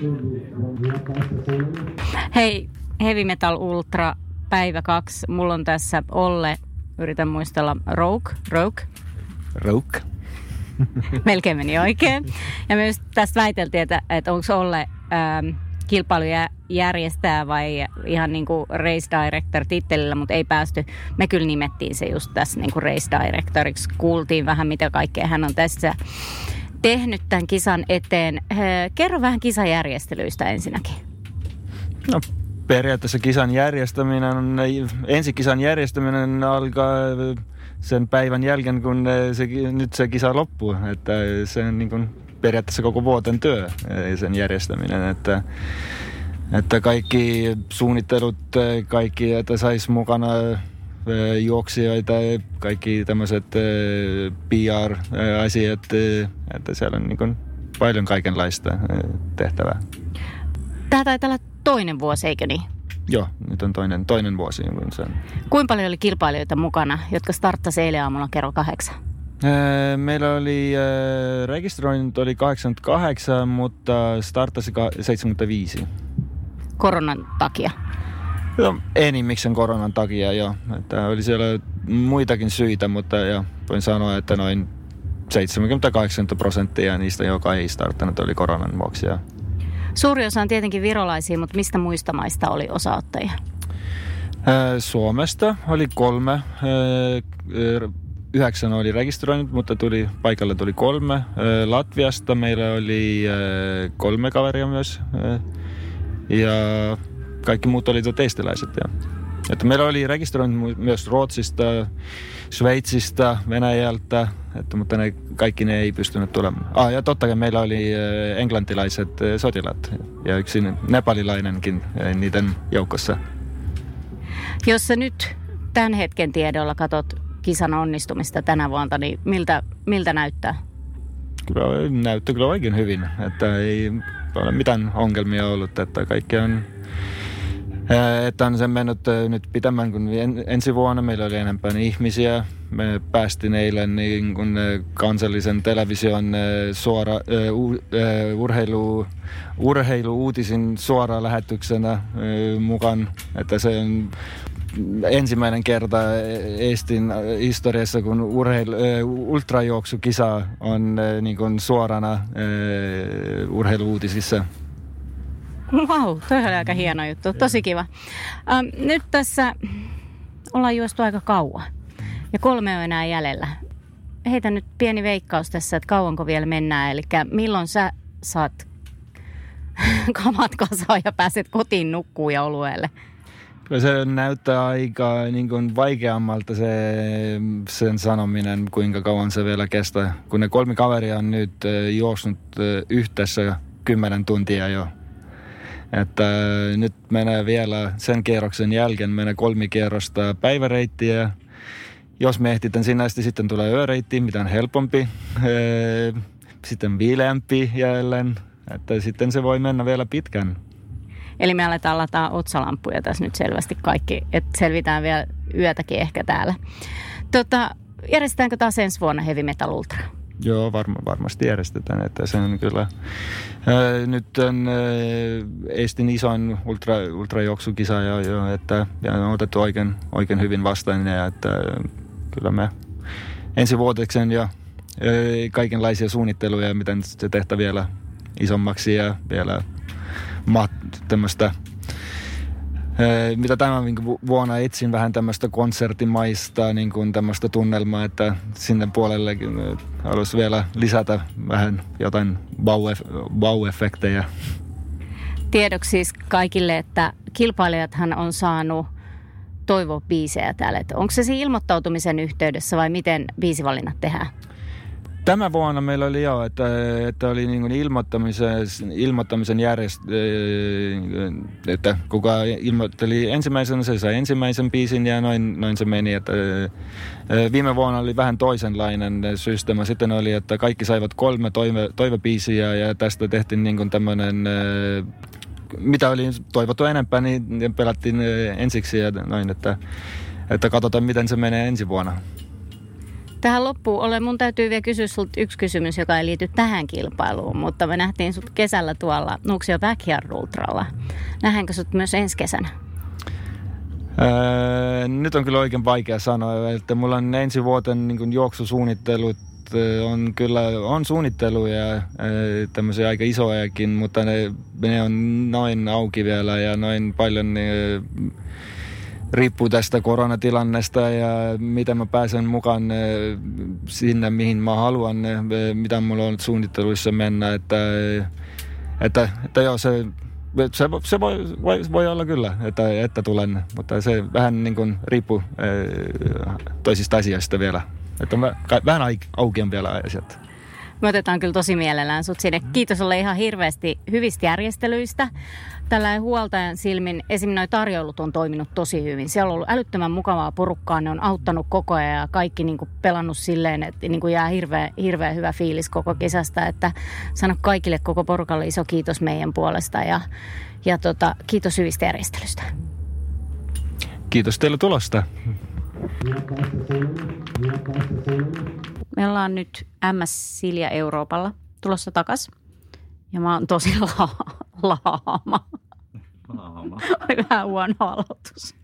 Hei, Heavy Metal Ultra. Päivä kaksi. Mulla on tässä Olle, yritän muistella, Rogue. Rogue. Rogue. Melkein meni oikein. Ja myös tästä väiteltiin, että, että onko Olle ähm, kilpailuja järjestää vai ihan niin kuin race director tittelillä, mutta ei päästy. Me kyllä nimettiin se just tässä niin kuin race directoriksi. Kuultiin vähän, mitä kaikkea hän on tässä tehnyt tämän kisan eteen. Kerro vähän kisajärjestelyistä ensinnäkin. No. Periaatteessa kisan järjestäminen, ensi kisan järjestäminen alkaa sen päivän jälkeen, kun se, nyt se kisa loppuu. Että se on niin kuin periaatteessa koko vuoden työ, sen järjestäminen. Että, että kaikki suunnittelut, kaikki, että saisi mukana juoksijoita, kaikki tämmöiset P R-asiat, että siellä on niin kuin paljon kaikenlaista tehtävää. Tämä taitaa olla toinen vuosi, eikö niin? Joo, nyt on toinen, toinen vuosi. Sen. Kuinka paljon oli kilpailijoita mukana, jotka starttasi eilen aamulla kello kahdeksan? Meillä oli rekisteröinnit oli kahdeksankymmentäkahdeksan, mutta starttasi seitsemänkymmentäviisi. Koronan takia? No, enimmäkseen koronan takia, joo. Että oli siellä muitakin syitä, mutta jo, voin sanoa, että noin seitsemänkymmentäkahdeksan prosenttia niistä, joka ei starttanut, oli koronan vuoksi. Ja suuri osa on tietenkin virolaisia, mutta mistä muista maista oli osaottajia? Suomesta oli kolme. Yhdeksän oli rekisteröinyt, mutta tuli, paikalle tuli kolme. Latviasta meillä oli kolme kaveria myös. Ja kaikki muut oli teistiläiset. Että meillä oli rekisteröinyt myös Ruotsista, Sveitsistä, Venäjältä, että, mutta ne, kaikki ne ei pystynyt tulemaan. Ah, ja totta kai meillä oli englantilaiset sotilaat ja yksi nepalilainenkin niiden joukossa. Jos sä nyt tämän hetken tiedolla katot kisan onnistumista tänä vuonna, niin miltä, miltä näyttää? Kyllä näyttää kyllä oikein hyvin, että ei ole mitään ongelmia ollut, että kaikki on... Että on sen mennyt nyt pitemmän kuin ensi vuonna. Meillä oli enemmän ihmisiä. me päästiin eilen niin kuin kansallisen television suora, uh, urheilu, urheilu-uutisin suora lähetyksenä uh, mukaan, että se on ensimmäinen kerta Eestin historiassa, kun urheilu, ultrajuoksukisa on niin kuin suorana urheilu-uutisissa. Vau, toi oli aika hieno juttu. Tosi kiva. Ähm, nyt tässä ollaan juostu aika kauan ja kolme on enää jäljellä. Heitä nyt pieni veikkaus tässä, että kauanko vielä mennään. Eli milloin sä saat kamat kasaan ja pääset kotiin nukkuu ja olueelle? Se näyttää aika niin kuin vaikeammalta se, sen sanominen, kuinka kauan se vielä kestää. Kun ne kolme kaveria on nyt juossut yhteensä kymmenen tuntia jo. Että nyt menee vielä sen kierroksen jälkeen menee kolme kierrosta päiväreittiä. Jos me ehtitään sinne asti, sitten tulee yöreitti, mitä on helpompi. Sitten viileämpi jälleen. Että sitten se voi mennä vielä pitkään. Eli me aletaan lataa otsalampuja tässä nyt selvästi kaikki, että selvitään vielä yötäkin ehkä täällä. Tota, järjestetäänkö taas ensi vuonna Heavy Metal Ultra? Joo, varma, varmasti järjestetään, että se on kyllä. Ää, nyt on ää, Eestin isoin ultra, ultrajuoksukisa, ja, ja, että, ja on otettu oikein, oikein hyvin vastaan, ja että kyllä me ensi vuoteksen ja ää, kaikenlaisia suunnitteluja, miten se tehdään vielä isommaksi ja vielä mat, tämmöistä, mitä tämän vuonna etsin vähän tämmöistä konsertimaista niin kuin tämmöistä tunnelmaa, että sinne puolelle haluaisi vielä lisätä vähän jotain wow-efektejä. Tiedoksi siis kaikille, että kilpailijathan on saanut toivoa biisejä täällä. Että onko se siinä ilmoittautumisen yhteydessä vai miten biisivalinnat tehdään? Tämä vuonna meillä oli jo, että, että oli niin kuin ilmoittamisen, ilmoittamisen järjest... että kuka ilmoitteli ensimmäisenä, se sai ensimmäisen biisin ja noin, noin se meni. Että viime vuonna oli vähän toisenlainen systeema. Sitten oli, että kaikki saivat kolme toive, toivebiisiä ja tästä tehtiin niin kuin tämmöinen, mitä oli toivottu enempää, niin pelattiin ensiksi ja noin, että, että katsotaan miten se menee ensi vuonna. Tähän loppuun ole, mun täytyy vielä kysyä sulta yksi kysymys, joka ei liity tähän kilpailuun, mutta me nähtiin sut kesällä tuolla Nuuksio Backyard Ultralla. Nähdäänkö sut myös ensi kesänä? Öö, nyt on kyllä oikein vaikea sanoa, että mulla on ensi vuoten niin kuin juoksusuunnittelut, on kyllä on suunnitteluja, tämmöisiä aika isojakin, mutta ne, ne on noin auki vielä ja noin paljon... Ne, riippuu tästä koronatilanteesta ja miten mä pääsen mukaan sinne, mihin mä haluan, mitä mulla on suunnitteluissa mennä. Että, että, että joo, se, se, se voi, voi, voi olla kyllä, että, että tulen, mutta se vähän niin kuin riippuu toisista asioista vielä. Että mä, vähän auki on vielä asiat. Me otetaan kyllä tosi mielellään sut sinne. Kiitos sulle ihan hirveästi hyvistä järjestelyistä. Tällainen huoltajan silmin, esimerkiksi nuo tarjoulut on toiminut tosi hyvin. Siellä on ollut älyttömän mukavaa porukkaa, ne on auttanut koko ajan ja kaikki niin kuin pelannut silleen, että niin kuin jää hirveän, hirveän hyvä fiilis koko kesästä. Että sano kaikille koko porukalle iso kiitos meidän puolesta ja, ja tota, kiitos hyvistä järjestelyistä. Kiitos teille tulosta. Me ollaan nyt M S Silja Euroopalla tulossa takas. Ja mä oon tosi la- laama. Laama. Oli vähän huono aloitus.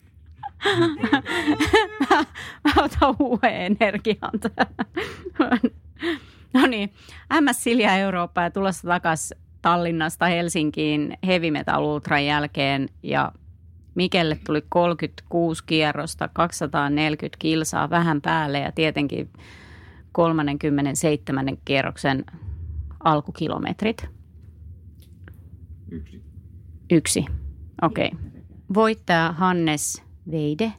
mä, mä otan uuden energian tähän. No niin, M S Silja Eurooppa ja tulossa takas Tallinnasta Helsinkiin Heavy Metal Ultran jälkeen. Ja Mikelle tuli kolmekymmentäkuusi kierrosta, kaksisataaneljäkymmentä kilsaa vähän päälle ja tietenkin kolmekymmentäseitsemän kierroksen alkukilometrit. Yksi. Yksi, okei. Okay. Voittaja Hannes Veide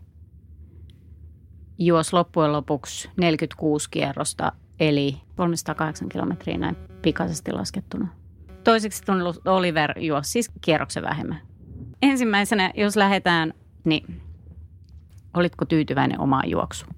juosi loppujen lopuksi neljäkymmentäkuusi kierrosta, eli kolmesataakahdeksan kilometriä näin pikaisesti laskettuna. Toiseksi tullut Oliver juosi siis kierroksen vähemmän. Ensimmäisenä, jos lähdetään, niin olitko tyytyväinen omaan juoksuun?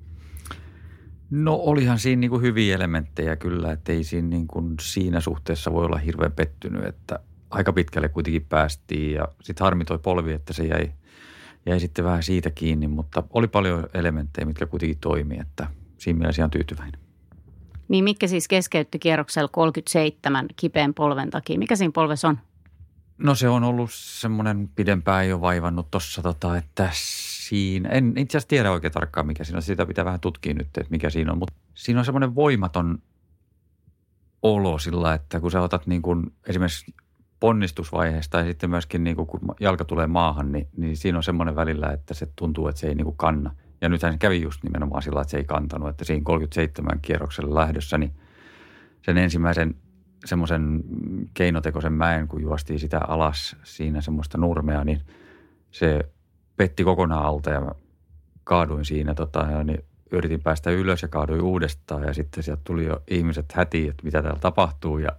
No olihan siinä niin kuin hyviä elementtejä kyllä, että ei siinä, niin kuin siinä suhteessa voi olla hirveän pettynyt, että aika pitkälle kuitenkin päästiin ja sitten harmi toi polvi, että se jäi, jäi sitten vähän siitä kiinni, mutta oli paljon elementtejä, mitkä kuitenkin toimi, että siinä mielessä ihan tyytyväinen. Niin Mikke siis keskeytti kierroksella kolmekymmentäseitsemän kipeän polven takia. Mikä siinä polvessa on? No se on ollut semmoinen pidempään jo vaivannut tuossa, tota, että siinä, en itse asiassa tiedä oikein tarkkaan mikä siinä on, sitä pitää vähän tutkia nyt, että mikä siinä on, mutta siinä on semmoinen voimaton olo sillä, että kun sä otat niin kuin esimerkiksi ponnistusvaiheesta ja sitten myöskin niin kuin kun jalka tulee maahan, niin, niin siinä on semmoinen välillä, että se tuntuu, että se ei niin kuin kanna. Ja nythän se kävi just nimenomaan sillä, että se ei kantanut, että siinä kolmekymmentäseitsemän kierroksella lähdössä, niin sen ensimmäisen semmoisen keinotekoisen mäen, kun juostiin sitä alas siinä semmoista nurmea, niin se petti kokonaan alta ja mä kaaduin siinä tota, ja niin yritin päästä ylös ja kaaduin uudestaan ja sitten sieltä tuli jo ihmiset hätiin, että mitä täällä tapahtuu ja,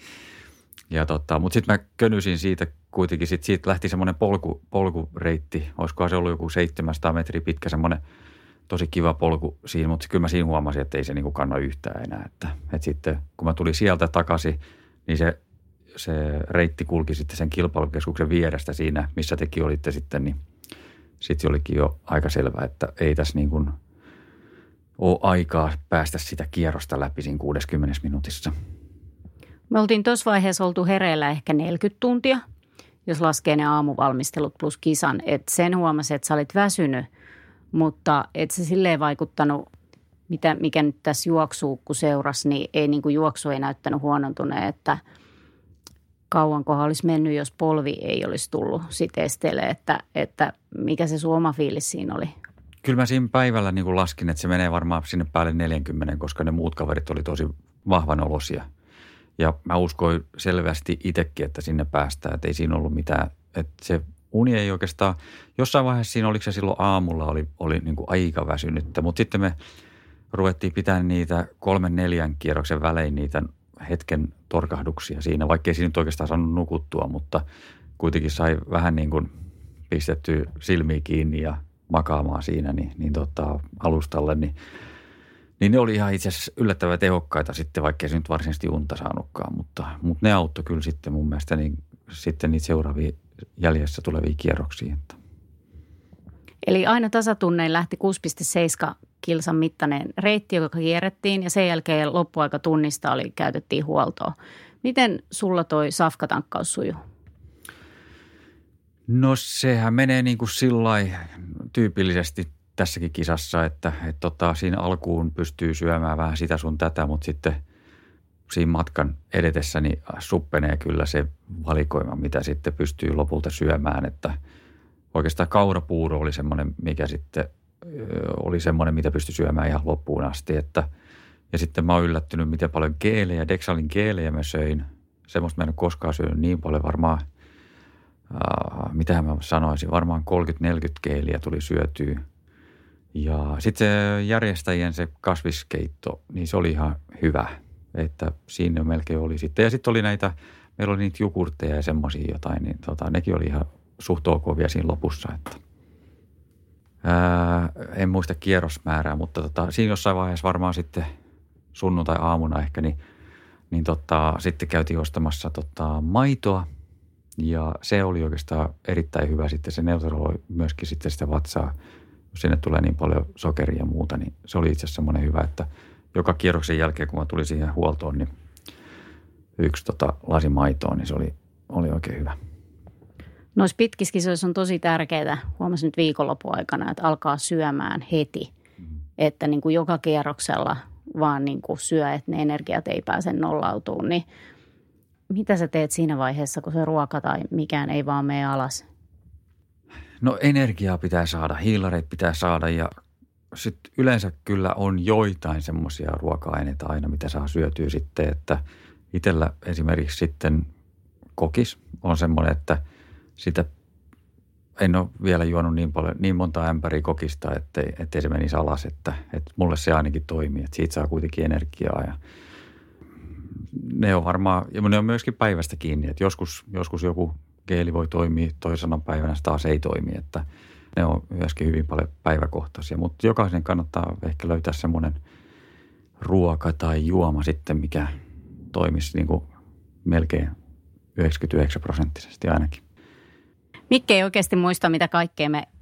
ja tota, mutta sitten mä könysin siitä kuitenkin, sit siitä lähti semmoinen polku, polkureitti, olisikohan se ollut joku seitsemänsataa metriä pitkä semmoinen tosi kiva polku siinä, mutta kyllä mä siinä huomasin, että ei se niinku kanna yhtään enää. Että, että sitten kun mä tulin sieltä takaisin, niin se, se reitti kulki sitten sen kilpailukeskuksen vierestä siinä, missä tekin olitte sitten, niin sitten se olikin jo aika selvää, että ei tässä niin kuin ole aikaa päästä sitä kierrosta läpi siinä kuudessakymmenessä minuutissa. Me oltiin tuossa vaiheessa oltu hereillä ehkä neljäkymmentä tuntia, jos laskee ne aamuvalmistelut plus kisan. Et sen huomasi, että sä olit väsynyt, mutta et se silleen vaikuttanut, mitä, mikä nyt tässä juoksuu, kun seurasi, niin ei niin kuin juoksu ei näyttänyt huonontuneen, että kauankohan olisi mennyt, jos polvi ei olisi tullut sit esteelle, että, että mikä se sun oma fiilis siinä oli? Kyllä mä siinä päivällä niin kuin laskin, että se menee varmaan sinne päälle neljäkymmentä, koska ne muut kaverit oli tosi vahvan olosia. Ja mä uskoin selvästi itsekin, että sinne päästään, että ei siinä ollut mitään, että se uni ei oikeastaan, jossain vaiheessa siinä oliko se silloin aamulla, oli, oli niin kuin aika väsynyttä, mutta sitten me ruvettiin pitämään niitä kolmen neljän kierroksen välein niitä hetken torkahduksia siinä, vaikka ei siinä nyt oikeastaan saanut nukuttua, mutta kuitenkin sai vähän niin kuin pistettyä silmiä kiinni ja makaamaan siinä niin, niin tota, alustalle, niin, niin ne oli ihan itse asiassa yllättävän tehokkaita sitten, vaikka ei se nyt varsinaisesti unta saanutkaan, mutta, mutta ne auttoi kyllä sitten mun mielestä niin, sitten niitä seuraavia jäljessä tulevia kierroksia. Että. Eli aina tasatunnein lähti kuusi pilkku seitsemän kilsan mittainen reitti, joka kierrettiin ja sen jälkeen loppuaika tunnista oli, käytettiin huoltoa. Miten sulla toi safkatankkaus sujuu? No sehän menee niin kuin sillai tyypillisesti tässäkin kisassa, että et tota, siinä alkuun pystyy syömään vähän sitä sun tätä, mutta sitten siinä matkan edetessä niin suppenee kyllä se valikoima, mitä sitten pystyy lopulta syömään, että oikeastaan kaurapuuro oli semmoinen, mikä sitten oli semmoinen, mitä pystyi syömään ihan loppuun asti, että ja sitten mä oon yllättynyt, miten paljon geelejä, Dexalin geelejä mä söin. Semmoista mä en ole koskaan syönyt niin paljon, varmaan, äh, mitähän mä sanoisin, varmaan kolmekymmentä neljäkymmentä geeliä tuli syötyä. Ja sitten se järjestäjien se kasviskeitto, niin se oli ihan hyvä, että siinä melkein oli sitten. Ja sitten oli näitä, meillä oli niitä jogurtteja ja semmoisia jotain, niin tota, nekin oli ihan suht ok vielä siinä lopussa, että ää, en muista kierrosmäärää, mutta tota, siinä jossain vaiheessa varmaan sitten sunnuntai-aamuna ehkä, niin, niin tota, sitten käytiin ostamassa tota, maitoa ja se oli oikeastaan erittäin hyvä sitten, se neutraloi myöskin sitten sitä vatsaa, jos sinne tulee niin paljon sokeria ja muuta, niin se oli itse asiassa semmoinen hyvä, että joka kierroksen jälkeen, kun mä tulin siihen huoltoon, niin yksi tota, lasi maitoa, niin se oli, oli oikein hyvä. Noissa pitkissä kisoissa on tosi tärkeää, huomasin nyt viikonlopun aikana, että alkaa syömään heti. Mm. Että niin kuin joka kierroksella vaan niin kuin syö, että ne energiat ei pääse nollautumaan. Niin mitä sä teet siinä vaiheessa, kun se ruoka tai mikään ei vaan mene alas? No energiaa pitää saada, hiilareita pitää saada ja sitten yleensä kyllä on joitain semmoisia ruoka-aineita aina, mitä saa syötyä sitten. Että itsellä esimerkiksi sitten kokis on semmoinen, että sitä en ole vielä juonut niin paljon, niin monta ämpäriä kokista, ettei, ettei se menisi alas, että, että mulle se ainakin toimii, että siitä saa kuitenkin energiaa ja ne on varmaan, ja ne on myöskin päivästä kiinni, että joskus, joskus joku geeli voi toimia, toisena päivänä taas ei toimi, että ne on myöskin hyvin paljon päiväkohtaisia, mutta jokaisen kannattaa ehkä löytää semmoinen ruoka tai juoma sitten, mikä toimisi niin kuin melkein yhdeksänkymmentäyhdeksän prosenttisesti ainakin. Mikke ei oikeasti muista, mitä kaikkea me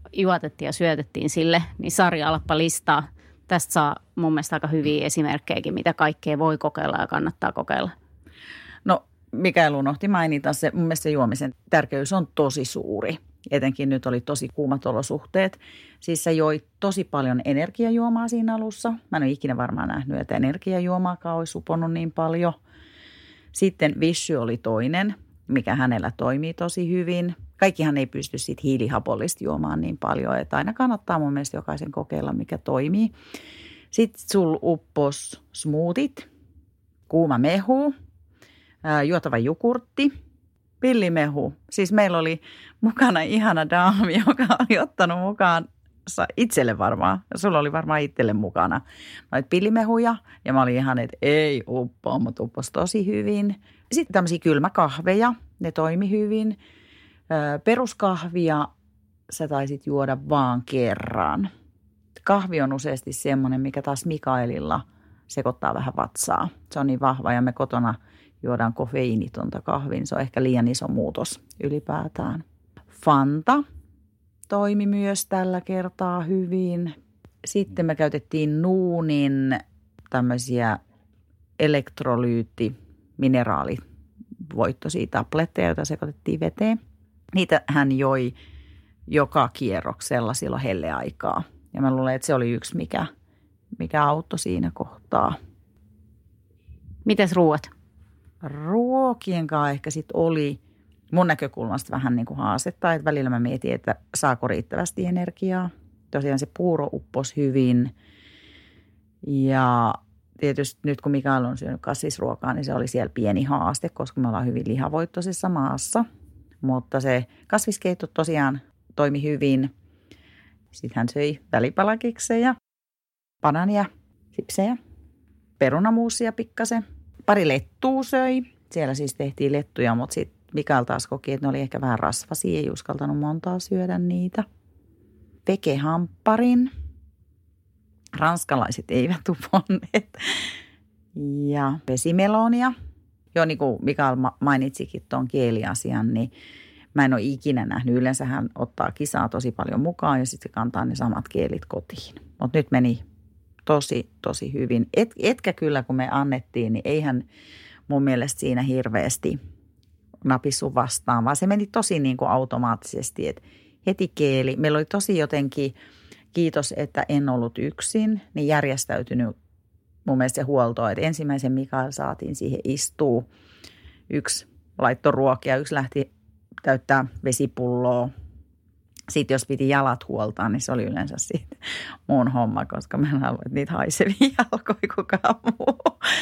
juotettiin ja syötettiin sille, niin Sari Alppa listaa. Tästä saa mun mielestä aika hyviä esimerkkejäkin, mitä kaikkea voi kokeilla ja kannattaa kokeilla. No Mikael unohti mainita, se, mun mielestä se juomisen tärkeys on tosi suuri. Etenkin nyt oli tosi kuumat olosuhteet. Siis sä joit tosi paljon energiajuomaa siinä alussa. Mä en ole ikinä varmaan nähnyt, että energiajuomaakaan olisi uponnut niin paljon. Sitten Vichy oli toinen, mikä hänellä toimii tosi hyvin. Kaikkihan ei pysty siitä hiilihapollista juomaan niin paljon, että aina kannattaa mun mielestä jokaisen kokeilla, mikä toimii. Sitten sul uppos smoothit, kuuma mehu, ää, juotava jukurtti, pillimehu. Siis meillä oli mukana ihana daami, joka oli ottanut mukaan itselle varmaan. Sulla oli varmaan itselle mukana noita pillimehuja ja mä olin ihan, että ei uppoa, mutta uppos tosi hyvin. Sitten tämmöisiä kylmäkahveja, ne toimi hyvin. Peruskahvia sä taisit juoda vaan kerran. Kahvi on useasti semmoinen, mikä taas Mikaelilla sekoittaa vähän vatsaa. Se on niin vahva ja me kotona juodaan kofeiinitonta kahvin. Se on ehkä liian iso muutos ylipäätään. Fanta toimi myös tällä kertaa hyvin. Sitten me käytettiin Nuunin tämmöisiä elektrolyytti, mineraalivoittoisia tabletteja, joita sekoitettiin veteen. Niitä hän joi joka kierroksella silloin helleaikaa. Ja mä luulen, että se oli yksi, mikä, mikä auttoi siinä kohtaa. Mites ruuat? Ruokien kanssa ehkä sitten oli mun näkökulmasta vähän niin kuin haastetta. Että välillä mä mietin, että saako riittävästi energiaa. Tosiaan se puuro uppos hyvin. Ja tietysti nyt kun Mikael on syönyt kasvisruokaa, niin se oli siellä pieni haaste, koska me ollaan hyvin lihavoittoisessa maassa. Mutta se kasviskeitto tosiaan toimi hyvin. Sitten hän söi välipalakiksejä, banania, sipsejä, perunamuusia pikkasen. Pari lettua söi. Siellä siis tehtiin lettuja, mutta sitten Mikael taas koki, että ne oli ehkä vähän rasvasia. Ei uskaltanut montaa syödä niitä. Vegehampparin. Ranskalaiset eivät uponneet. Ja vesimelonia. Joo, niin kuin Mikael mainitsikin tuon kieliasian, niin mä en ole ikinä nähnyt. Yleensä hän ottaa kisaa tosi paljon mukaan ja sitten kantaa ne samat kielit kotiin. Mutta nyt meni tosi, tosi hyvin. Et, etkä kyllä, kun me annettiin, niin eihän mun mielestä siinä hirveästi napissu vastaan, vaan se meni tosi niin kuin automaattisesti, että heti keeli. Meillä oli tosi jotenkin, kiitos, että en ollut yksin, niin järjestäytynyt mun mielestä se huolto, että ensimmäisen Mikael saatiin siihen istua. Yksi laittoi ruokia, yksi lähti täyttää vesipulloa. Sitten jos piti jalat huoltaa, niin se oli yleensä siitä mun homma, koska mä en halua, että niitä haisevia jalkoja kukaan muu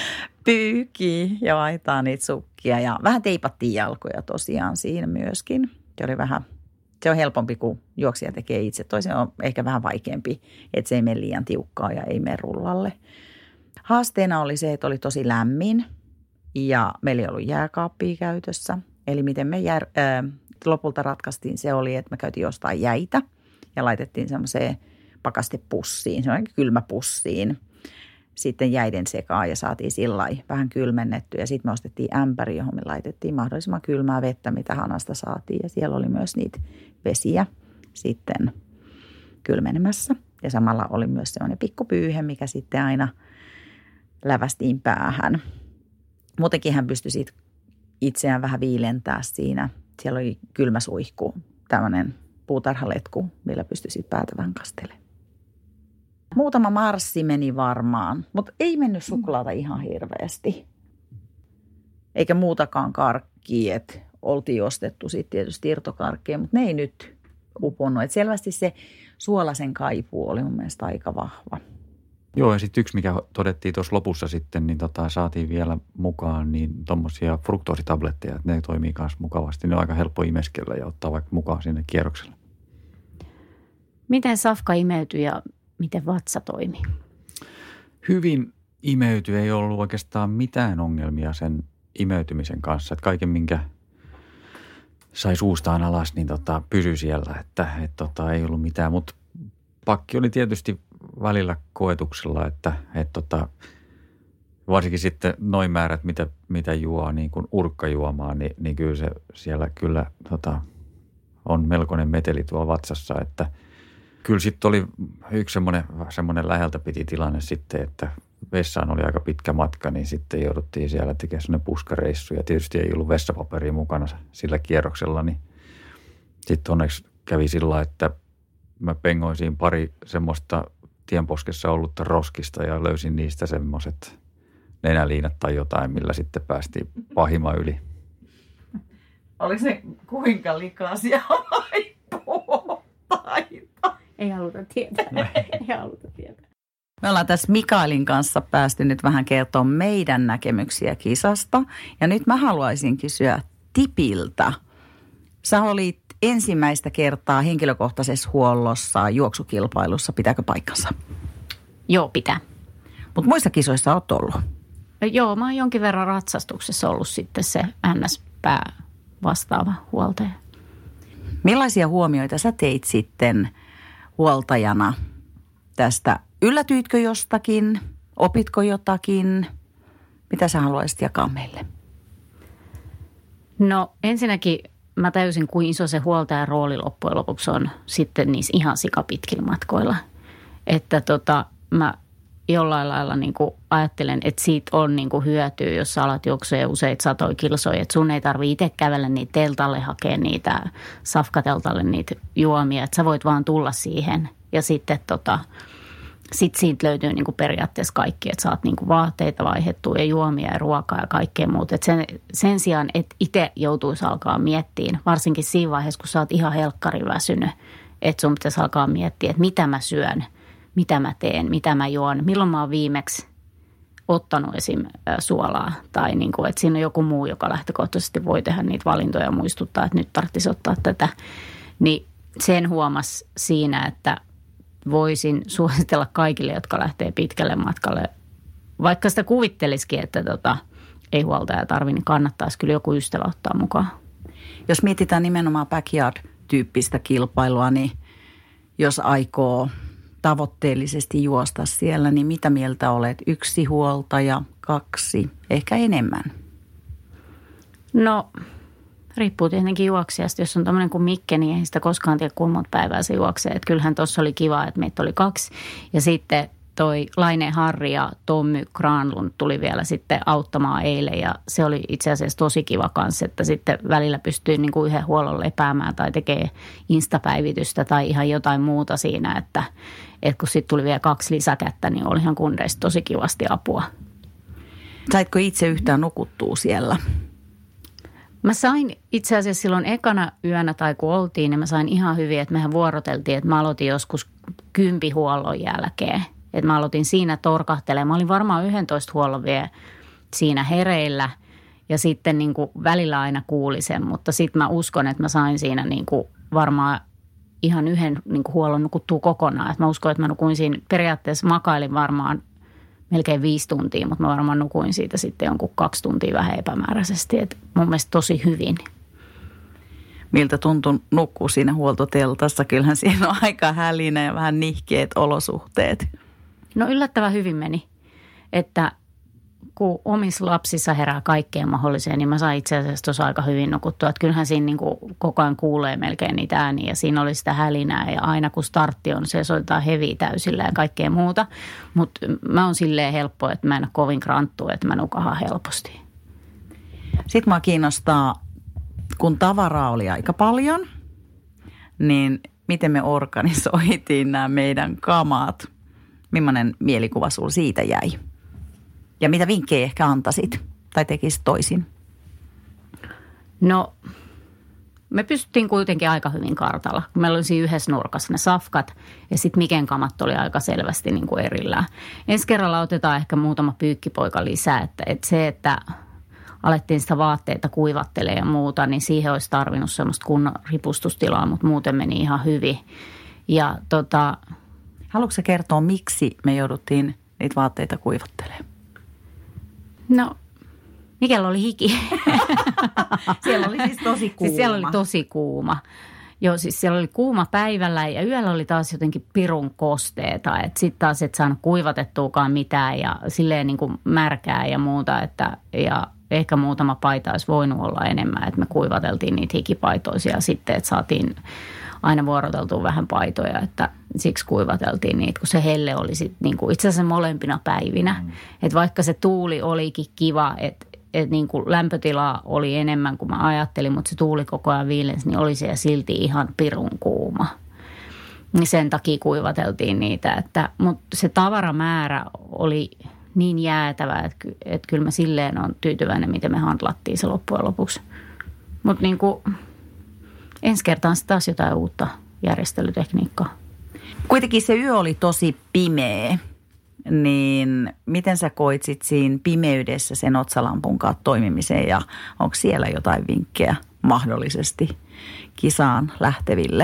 pyykii ja vaihtaa niitä sukkia. Ja vähän teipattiin jalkoja tosiaan siinä myöskin. Se oli vähän, se on helpompi, kun juoksija tekee itse. Toisen on ehkä vähän vaikeampi, että se ei mene liian tiukkaa ja ei mene rullalle. Haasteena oli se, että oli tosi lämmin ja meillä ei ollut jääkaappia käytössä. Eli miten me jär, äh, lopulta ratkaistiin se oli, että me käytiin jostain jäitä ja laitettiin semmoiseen pakastepussiin, semmoinen kylmäpussiin. Sitten jäiden sekaan ja saatiin sillä vähän kylmennetty ja sitten me ostettiin ämpäri, johon me laitettiin mahdollisimman kylmää vettä, mitä hanasta saatiin. Ja siellä oli myös niitä vesiä sitten kylmenemässä. Ja samalla oli myös semmoinen pikkupyyhe, mikä sitten aina lävästiin päähän. Muutenkin hän pystyi siitä itseään vähän viilentää siinä. Siellä oli kylmäsuihku, tämmöinen puutarhaletku, millä pystyi sitten päätä vähän kastelemaan. Muutama marssi meni varmaan, mutta ei mennyt suklaata ihan hirveästi. Eikä muutakaan karkkia, että oltiin ostettu sitten tietysti irtokarkkeja, mutta ne ei nyt uponnut. Et selvästi se suolaisen kaipuu oli mun mielestä aika vahva. Joo, ja sitten yksi, mikä todettiin tuossa lopussa sitten, niin tota, saatiin vielä mukaan niin tuommoisia fruktoositabletteja, että ne toimii myös mukavasti. Ne on aika helppo imeskellä ja ottaa vaikka mukaan sinne kierrokselle. Miten safka imeytyi ja miten vatsa toimii? Hyvin imeytyi, ei ollut oikeastaan mitään ongelmia sen imeytymisen kanssa. Että kaiken, minkä sai suustaan alas, niin tota, pysyi siellä, että et tota, ei ollut mitään. Mutta pakki oli tietysti välillä koetuksella, että et tota, varsinkin sitten noin määrät, mitä, mitä juo, niin kuin urkkajuomaa, niin, niin kyllä se siellä kyllä tota, on melkoinen meteli tuolla vatsassa, että kyllä sitten oli yksi semmoinen, semmoinen läheltä piti tilanne sitten, että vessaan oli aika pitkä matka, niin sitten jouduttiin siellä tekemään semmoinen puskareissu. Ja tietysti ei ollut vessapaperia mukana sillä kierroksella, niin sitten onneksi kävi sillä, että mä pengoisin pari semmoista tienposkessa ollutta roskista ja löysin niistä semmoiset nenäliinat tai jotain, millä sitten päästiin pahima yli. Oliko ne kuinka likaisia puhtaita? Ei haluta tietää. Ei haluta tietää. Me ollaan tässä Mikaelin kanssa päästy nyt vähän kertoa meidän näkemyksiä kisasta. Ja nyt mä haluaisin kysyä Tipiltä. Sä olit ensimmäistä kertaa henkilökohtaisessa huollossa juoksukilpailussa. Pitääkö paikkansa? Joo, pitää. Mutta muissa kisoissa oot ollut? Joo, mä oon jonkin verran ratsastuksessa ollut sitten se N S-pää vastaava huoltaja. Millaisia huomioita sä teit sitten huoltajana tästä? Yllätyitkö jostakin? Opitko jotakin? Mitä sä haluaisit jakaa meille? No ensinnäkin mä täysin, kuin iso se huoltajan rooli loppujen lopuksi on sitten niissä ihan sikapitkillä matkoilla. Että tota, mä jollain lailla niin kuin ajattelen, että siitä on niin kuin hyötyä, jos sä alat juoksua useita satoja kilsoja. Että sun ei tarvitse itse kävellä niitä teltalle, hakea niitä safkateltalle niitä juomia. Että sä voit vaan tulla siihen ja sitten tota, sit siitä löytyy niin kuin periaatteessa kaikki. Että saat niin kuin vaatteita vaihdettua ja juomia ja ruokaa ja kaikkea muuta. Että sen, sen sijaan, että itse joutuisi alkaa miettiin, varsinkin siinä vaiheessa, kun sä oot ihan helkkari väsynyt, että sun pitäisi alkaa miettiä, että mitä mä syön. Mitä mä teen, mitä mä juon, milloin mä oon viimeksi ottanut esim. Suolaa. Tai niin kuin, että siinä on joku muu, joka lähtökohtaisesti voi tehdä niitä valintoja ja muistuttaa, että nyt tarvitsisi ottaa tätä. Niin sen huomasi siinä, että voisin suositella kaikille, jotka lähtee pitkälle matkalle. Vaikka sitä kuvittelisikin, että tota, ei huoltaja tarvitse, niin kannattaisi kyllä joku ystävä ottaa mukaan. Jos mietitään nimenomaan backyard-tyyppistä kilpailua, niin jos aikoo tavoitteellisesti juosta siellä, niin mitä mieltä olet? Yksi huoltaja, kaksi, ehkä enemmän? No, riippuu tietenkin juoksijasta. Jos on tämmöinen kuin Mikke, niin ei sitä koskaan tiedä, kuinka monta päivää se juoksee. Että kyllähän tuossa oli kiva, että meitä oli kaksi. Ja sitten toi Laine Harri ja Tommy Granlund tuli vielä sitten auttamaan eilen. Ja se oli itse asiassa tosi kiva kanssa, että sitten välillä pystyy niin kuin yhden huollon lepäämään tai tekee instapäivitystä tai ihan jotain muuta siinä, että että kun sitten tuli vielä kaksi lisäkättä, niin olihan kundeista tosi kivasti apua. Saitko itse yhtään nukuttua siellä? Mä sain itse asiassa silloin ekana yönä tai kun oltiin, niin mä sain ihan hyvin, että mehän vuoroteltiin, että mä aloitin joskus kympihuollon jälkeen. Että mä aloitin siinä torkahtelemaan. Mä olin varmaan yhdentoista huollon vielä siinä hereillä ja sitten niin kuin välillä aina kuuli sen, mutta sitten mä uskon, että mä sain siinä niin kuin varmaan ihan yhden niin kuin huollon nukuttua kokonaan. Et mä uskon, että mä nukuin siinä, periaatteessa makailin varmaan melkein viisi tuntia, mutta mä varmaan nukuin siitä sitten jonkun kaksi tuntia vähän epämääräisesti. Et mun mielestä tosi hyvin. Miltä tuntui nukkua siinä huoltoteltassa? Kyllähän siinä on aika hälinä ja vähän nihkeät olosuhteet. No yllättävän hyvin meni, että kun omissa lapsissa herää kaikkeen mahdolliseen, niin mä sain itse asiassa tuossa aika hyvin nukuttua. Että kyllähän siinä niin kuin koko ajan kuulee melkein niitä ääniä ja siinä oli sitä hälinää ja aina kun startti on, se soitetaan heviä täysillä ja kaikkea muuta. Mutta mä oon silleen helppo, että mä en ole kovin kranttu, että mä nukahan helposti. Sitten mua kiinnostaa, kun tavaraa oli aika paljon, niin miten me organisoitiin nämä meidän kamat? Millainen mielikuva sulla siitä jäi? Ja mitä vinkkejä ehkä antaisit tai tekisit toisin? No, me pystyttiin kuitenkin aika hyvin kartalla. Meillä oli siinä yhdessä nurkassa ne safkat ja sitten Miken kamat oli aika selvästi niin kuin erillään. Ensi kerralla otetaan ehkä muutama pyykkipoika lisää, että, että se, että alettiin sitä vaatteita kuivattelee ja muuta, niin siihen olisi tarvinnut semmoista kunnon ripustustilaa, mutta muuten meni ihan hyvin. Ja tota... Haluatko sä kertoa, miksi me jouduttiin niitä vaatteita kuivattelemaan? No, Mikellä oli hiki. Siellä oli siis tosi kuuma. Siis siellä oli tosi kuuma. Joo, siis siellä oli kuuma päivällä ja yöllä oli taas jotenkin pirun kosteeta. Että sitten taas et saanut kuivatettuakaan mitään ja silleen niin kuin märkää ja muuta. Että, ja ehkä muutama paita olisi voinut olla enemmän, että me kuivateltiin niitä hikipaitoisia sitten, että saatiin aina vuoroteltua vähän paitoja, että siksi kuivateltiin niitä, kun se helle oli sit niin kuin itse asiassa molempina päivinä. Mm. Että vaikka se tuuli olikin kiva, että et niin kuin lämpötila oli enemmän kuin mä ajattelin, mutta se tuuli koko ajan viilensi, niin oli siellä silti ihan pirun kuuma. Niin sen takia kuivateltiin niitä, että, mutta se tavaramäärä oli niin jäätävä, että, että kyllä mä silleen on tyytyväinen, miten me handlattiin se loppujen lopuksi. Mutta niin kuin ensi kertaan sitten taas jotain uutta järjestelytekniikkaa. Kuitenkin se yö oli tosi pimeä, niin miten sä koit sit siinä pimeydessä sen otsalampun kanssa toimimiseen ja onko siellä jotain vinkkejä mahdollisesti kisaan lähteville?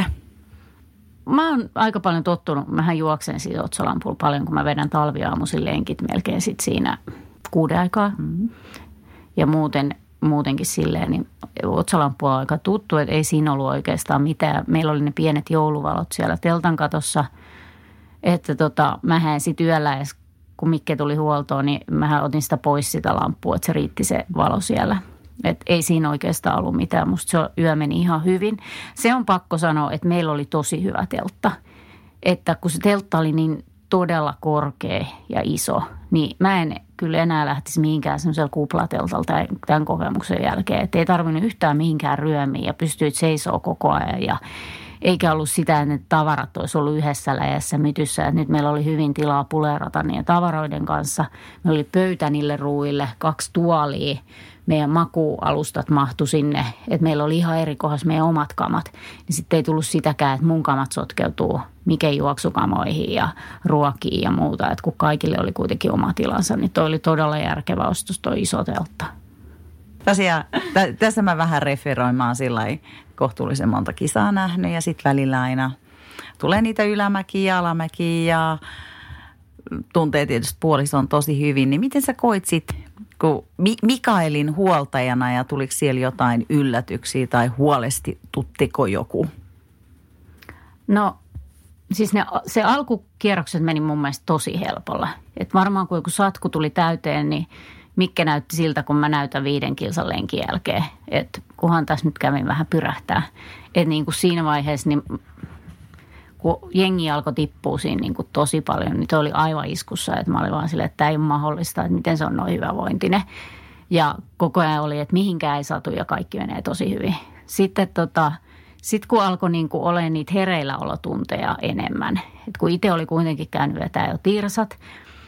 Mä oon aika paljon tottunut, mähän juoksen siis otsalampulla paljon, kun mä vedän talviaamuisin lenkit melkein sit siinä kuuden aikaa. Mm-hmm. Ja muuten, muutenkin silleen, niin otsalampu on aika tuttu, että ei siinä ollut oikeastaan mitään. Meillä oli ne pienet jouluvalot siellä teltan katossa, että tota, mähän sit yöllä edes, kun Mikke tuli huoltoon, niin mähän otin sitä pois sitä lamppua, että se riitti se valo siellä. Että ei siinä oikeastaan ollut mitään. Musta se yö meni ihan hyvin. Se on pakko sanoa, että meillä oli tosi hyvä teltta. Että kun se teltta oli niin todella korkea ja iso, niin mä en kyllä enää lähtisi mihinkään semmoisella kuplateltalta tämän kokemuksen jälkeen. Että ei tarvinnut yhtään mihinkään ryömiä ja pystyit seisoo koko ajan ja eikä ollut sitä, että ne tavarat olisi ollut yhdessä läjässä mytyssä. Että nyt meillä oli hyvin tilaa puleerata niiden tavaroiden kanssa. Meillä oli pöytä niille ruuille, kaksi tuolia. Meidän makualustat mahtu sinne, että meillä oli ihan eri kohdassa meidän omat kamat. Niin sitten ei tullut sitäkään, että mun kamat sotkeutuu Miken juoksukamoihin ja ruokiin ja muuta. Että kun kaikille oli kuitenkin oma tilansa, niin toi oli todella järkevä ostos toi iso teltta. Tosiaan, t- tässä mä vähän referoin, mä oon sillai kohtuullisen monta kisaa nähnyt ja sitten välillä aina tulee niitä ylämäkiä ja alamäkiä ja tuntee tietysti puolison tosi hyvin. Niin miten sä koit sit, kun Mikaelin huoltajana ja tuliko siellä jotain yllätyksiä tai huolestuttiko joku? No siis ne, se alkukierrokset meni mun mielestä tosi helpolla. Et varmaan kun joku satku tuli täyteen, niin Mikke näytti siltä, kun mä näytän viiden kilsan lenkin jälkeen. Että kunhan tässä nyt kävin vähän pyrähtää. Että niin kuin siinä vaiheessa, niin kun jengi alkoi tippua siinä niin kuin tosi paljon, niin toi oli aivan iskussa. Että mä olin vaan silleen, että tämä ei ole mahdollista, että miten se on noin hyvävointinen. Ja koko ajan oli, että mihinkään ei satu ja kaikki menee tosi hyvin. Sitten tota, sit kun alkoi niin kuin olemaan niitä hereilläolotunteja enemmän, että kun itse oli kuitenkin käynyt vetää jo tirsat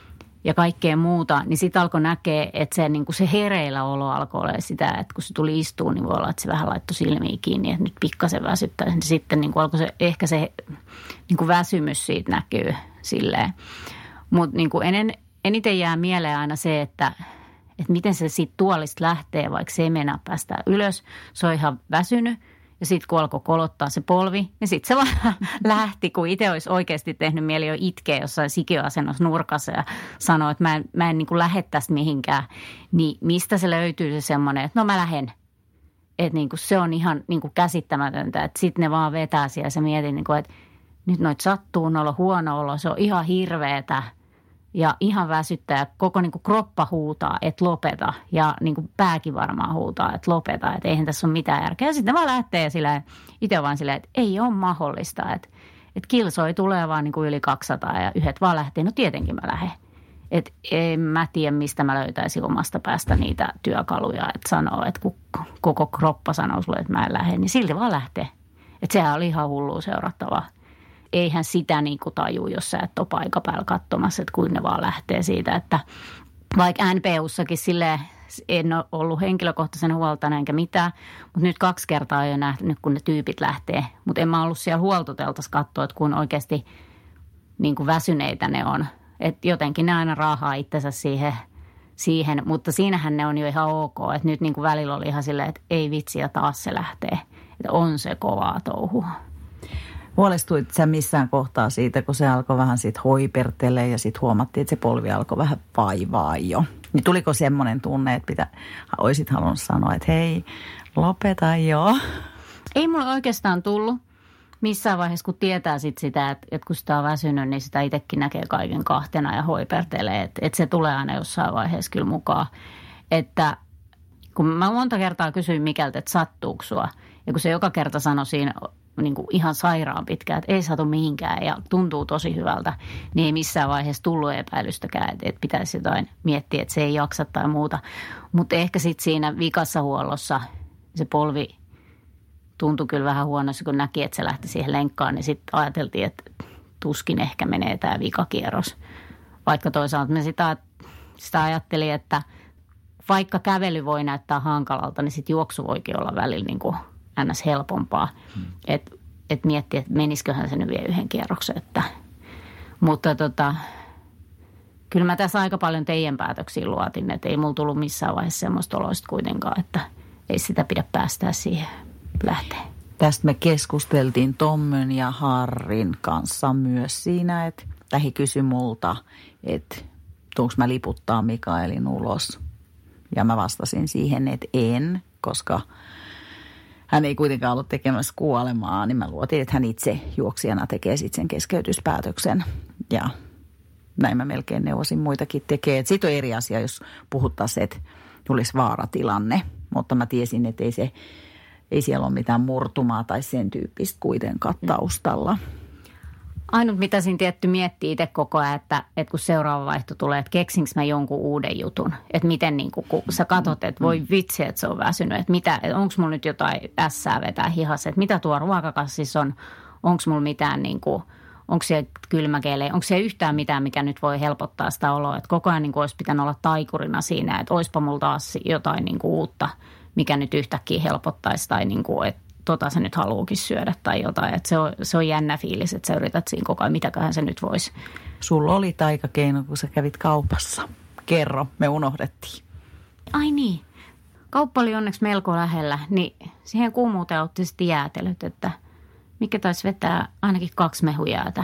ja kaikkea muuta, niin sitten alkoi näkeä, että se, niin kuin se hereilläolo alkoi olla sitä, että kun se tuli istuun, niin voi olla, että se vähän laittoi silmiä kiinni, että nyt pikkasen väsyttäisi. Niin sitten niin kuin alkoi se, ehkä se niin kuin väsymys siitä näkyy silleen. Mutta niin kuin enen, eniten jää mieleen aina se, että, että miten se siitä tuolista lähtee, vaikka se ei mennä päästä ylös. Se on ihan väsynyt. Ja sitten kun alkoi kolottaa se polvi, niin sitten se vaan lähti, kun itse olisi oikeasti tehnyt mieli jo itkeä jossain sikiöasennossa nurkassa ja sanoi, että mä en, mä en niin kuin lähde tästä mihinkään. Niin mistä se löytyy se semmoinen, että no mä lähden. Että niin kuin se on ihan niin kuin käsittämätöntä, että sitten ne vaan vetää siellä ja sä mietin, niin kuin, että nyt noit sattuu, ne on huono olo, se on ihan hirveetä. Ja ihan väsyttää, koko niin kuin kroppa huutaa, että lopeta. Ja niin kuin pääkin varmaan huutaa, että lopeta, että eihän tässä ole mitään järkeä. Ja sitten vaan lähtee sillä, itse vaan silleen, että ei ole mahdollista. Että, että kilsoi tulee vaan niin kuin yli kaksisataa ja yhdet vaan lähtee. No tietenkin mä lähden. Että en mä tiedä, mistä mä löytäisin omasta päästä niitä työkaluja. Että sanoo, että kun koko kroppa sanoo sulle, että mä en lähde, niin silti vaan lähtee. Että sehän oli ihan hullua seurattavaa. Eihän sitä niin kuin taju, jos sä et ole paikan päällä katsomassa, että kuin ne vaan lähtee siitä, että vaikka N P U:ssakin silleen en ole ollut henkilökohtaisen huoltana enkä mitään, mutta nyt kaksi kertaa jo nähnyt, kun ne tyypit lähtee. Mutta en mä ollut siellä huoltoteltassa katsoa, että kun oikeasti niin kuin väsyneitä ne on. Että jotenkin ne aina raahaa itsensä siihen, siihen, mutta siinähän ne on jo ihan ok. Että nyt niin kuin välillä oli ihan silleen, että ei vitsi ja taas se lähtee. Että on se kovaa touhua. Huolestuit sä missään kohtaa siitä, kun se alkoi vähän siitä hoipertelee ja sitten huomattiin, että se polvi alkoi vähän vaivaa jo. Niin tuliko semmoinen tunne, että pitä, olisit halunnut sanoa, että hei, lopeta jo? Ei mulla oikeastaan tullut missään vaiheessa, kun tietää sit sitä, että, että kun sitä on väsynyt, niin sitä itsekin näkee kaiken kahtena ja hoipertelee. Että, että se tulee aina jossain vaiheessa kyllä mukaan. Että kun mä monta kertaa kysyin Mikältä, että sattuuko sua. Ja kun se joka kerta sanoi siinä niin kuin ihan sairaan pitkään, että ei satu mihinkään ja tuntuu tosi hyvältä, niin ei missään vaiheessa tullut epäilystäkään, että, että pitäisi jotain miettiä, että se ei jaksa tai muuta. Mutta ehkä sitten siinä vikassa huollossa se polvi tuntui kyllä vähän huonossa, kun näki, että se lähti siihen lenkkaan, niin sitten ajateltiin, että tuskin ehkä menee tämä vikakierros. Vaikka toisaalta me sitä, sitä ajattelin, että vaikka kävely voi näyttää hankalalta, niin sitten juoksu voikin olla välillä niin kuin ns. Helpompaa. Hmm. Että et miettiä, että menisiköhän se nyt vielä yhden kierroksen. Että. Mutta tota, kyllä mä tässä aika paljon teidän päätöksiin luotin, että ei mulla tullut missään vaiheessa semmoista oloista kuitenkaan, että ei sitä pidä päästää siihen lähteen. Tästä me keskusteltiin Tommyn ja Harrin kanssa myös siinä, että Tähi kysyi multa, että tuunko mä liputtaa Mikaelin ulos. Ja mä vastasin siihen, että en, koska hän ei kuitenkaan ollut tekemässä kuolemaa, niin mä luotin, että hän itse juoksijana tekee sitten sen keskeytyspäätöksen. Ja näin mä melkein neuvosin muitakin tekee. Sitten on eri asia, jos puhuttaisiin, että tulisi vaaratilanne, mutta mä tiesin, että ei, se, ei siellä ole mitään murtumaa tai sen tyyppistä kuitenkaan taustalla. Ainut, mitä siinä tietty miettii itse koko ajan, että, että kun seuraava vaihto tulee, että keksinkö mä jonkun uuden jutun. Että miten niin kuin, kun sä katsot, että voi vitsi, että se on väsynyt. Että, mitä, että onko mulla nyt jotain ässää vetää hihassa, että mitä tuo ruokakassissa on, onko mulla mitään niin kuin, onko siellä kylmäkeelejä, onko siellä yhtään mitään, mikä nyt voi helpottaa sitä oloa. Että koko ajan niin kuin olisi pitänyt olla taikurina siinä, että olisipa mulla taas jotain niin kuin uutta, mikä nyt yhtäkkiä helpottaisi tai niin kuin, että tota se nyt haluukin syödä tai jotain. Että se, on, se on jännä fiilis, että sä yrität siinä koko ajan, mitäköhän se nyt voisi. Sulla oli taikakeino, kun sä kävit kaupassa. Kerro, me unohdettiin. Ai niin. Kauppa oli onneksi melko lähellä, niin siihen kuumuuteen otti sitten jäätelöt, että mikä taisi vetää ainakin kaksi mehujäätä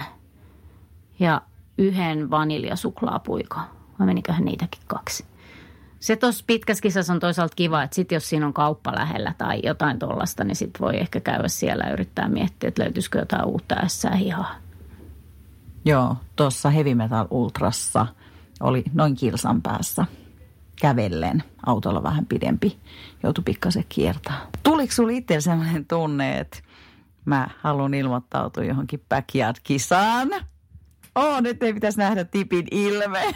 ja yhden vaniljasuklaapuikon. Vai meniköhän niitäkin kaksi? Se tuossa pitkässä kisassa on toisaalta kiva, että sitten jos siinä on kauppa lähellä tai jotain tollasta, niin sitten voi ehkä käydä siellä ja yrittää miettiä, että löytyisikö jotain uutta ässää hihaa. Joo, tuossa Heavy Metal Ultrassa oli noin kilsan päässä kävellen. Autolla vähän pidempi, joutui pikkasen kiertämään. Tuliko sinulla itsellä sellainen tunne, että mä haluan ilmoittautua johonkin backyard-kisaan? Oo, nyt ei pitäisi nähdä Tipin ilme.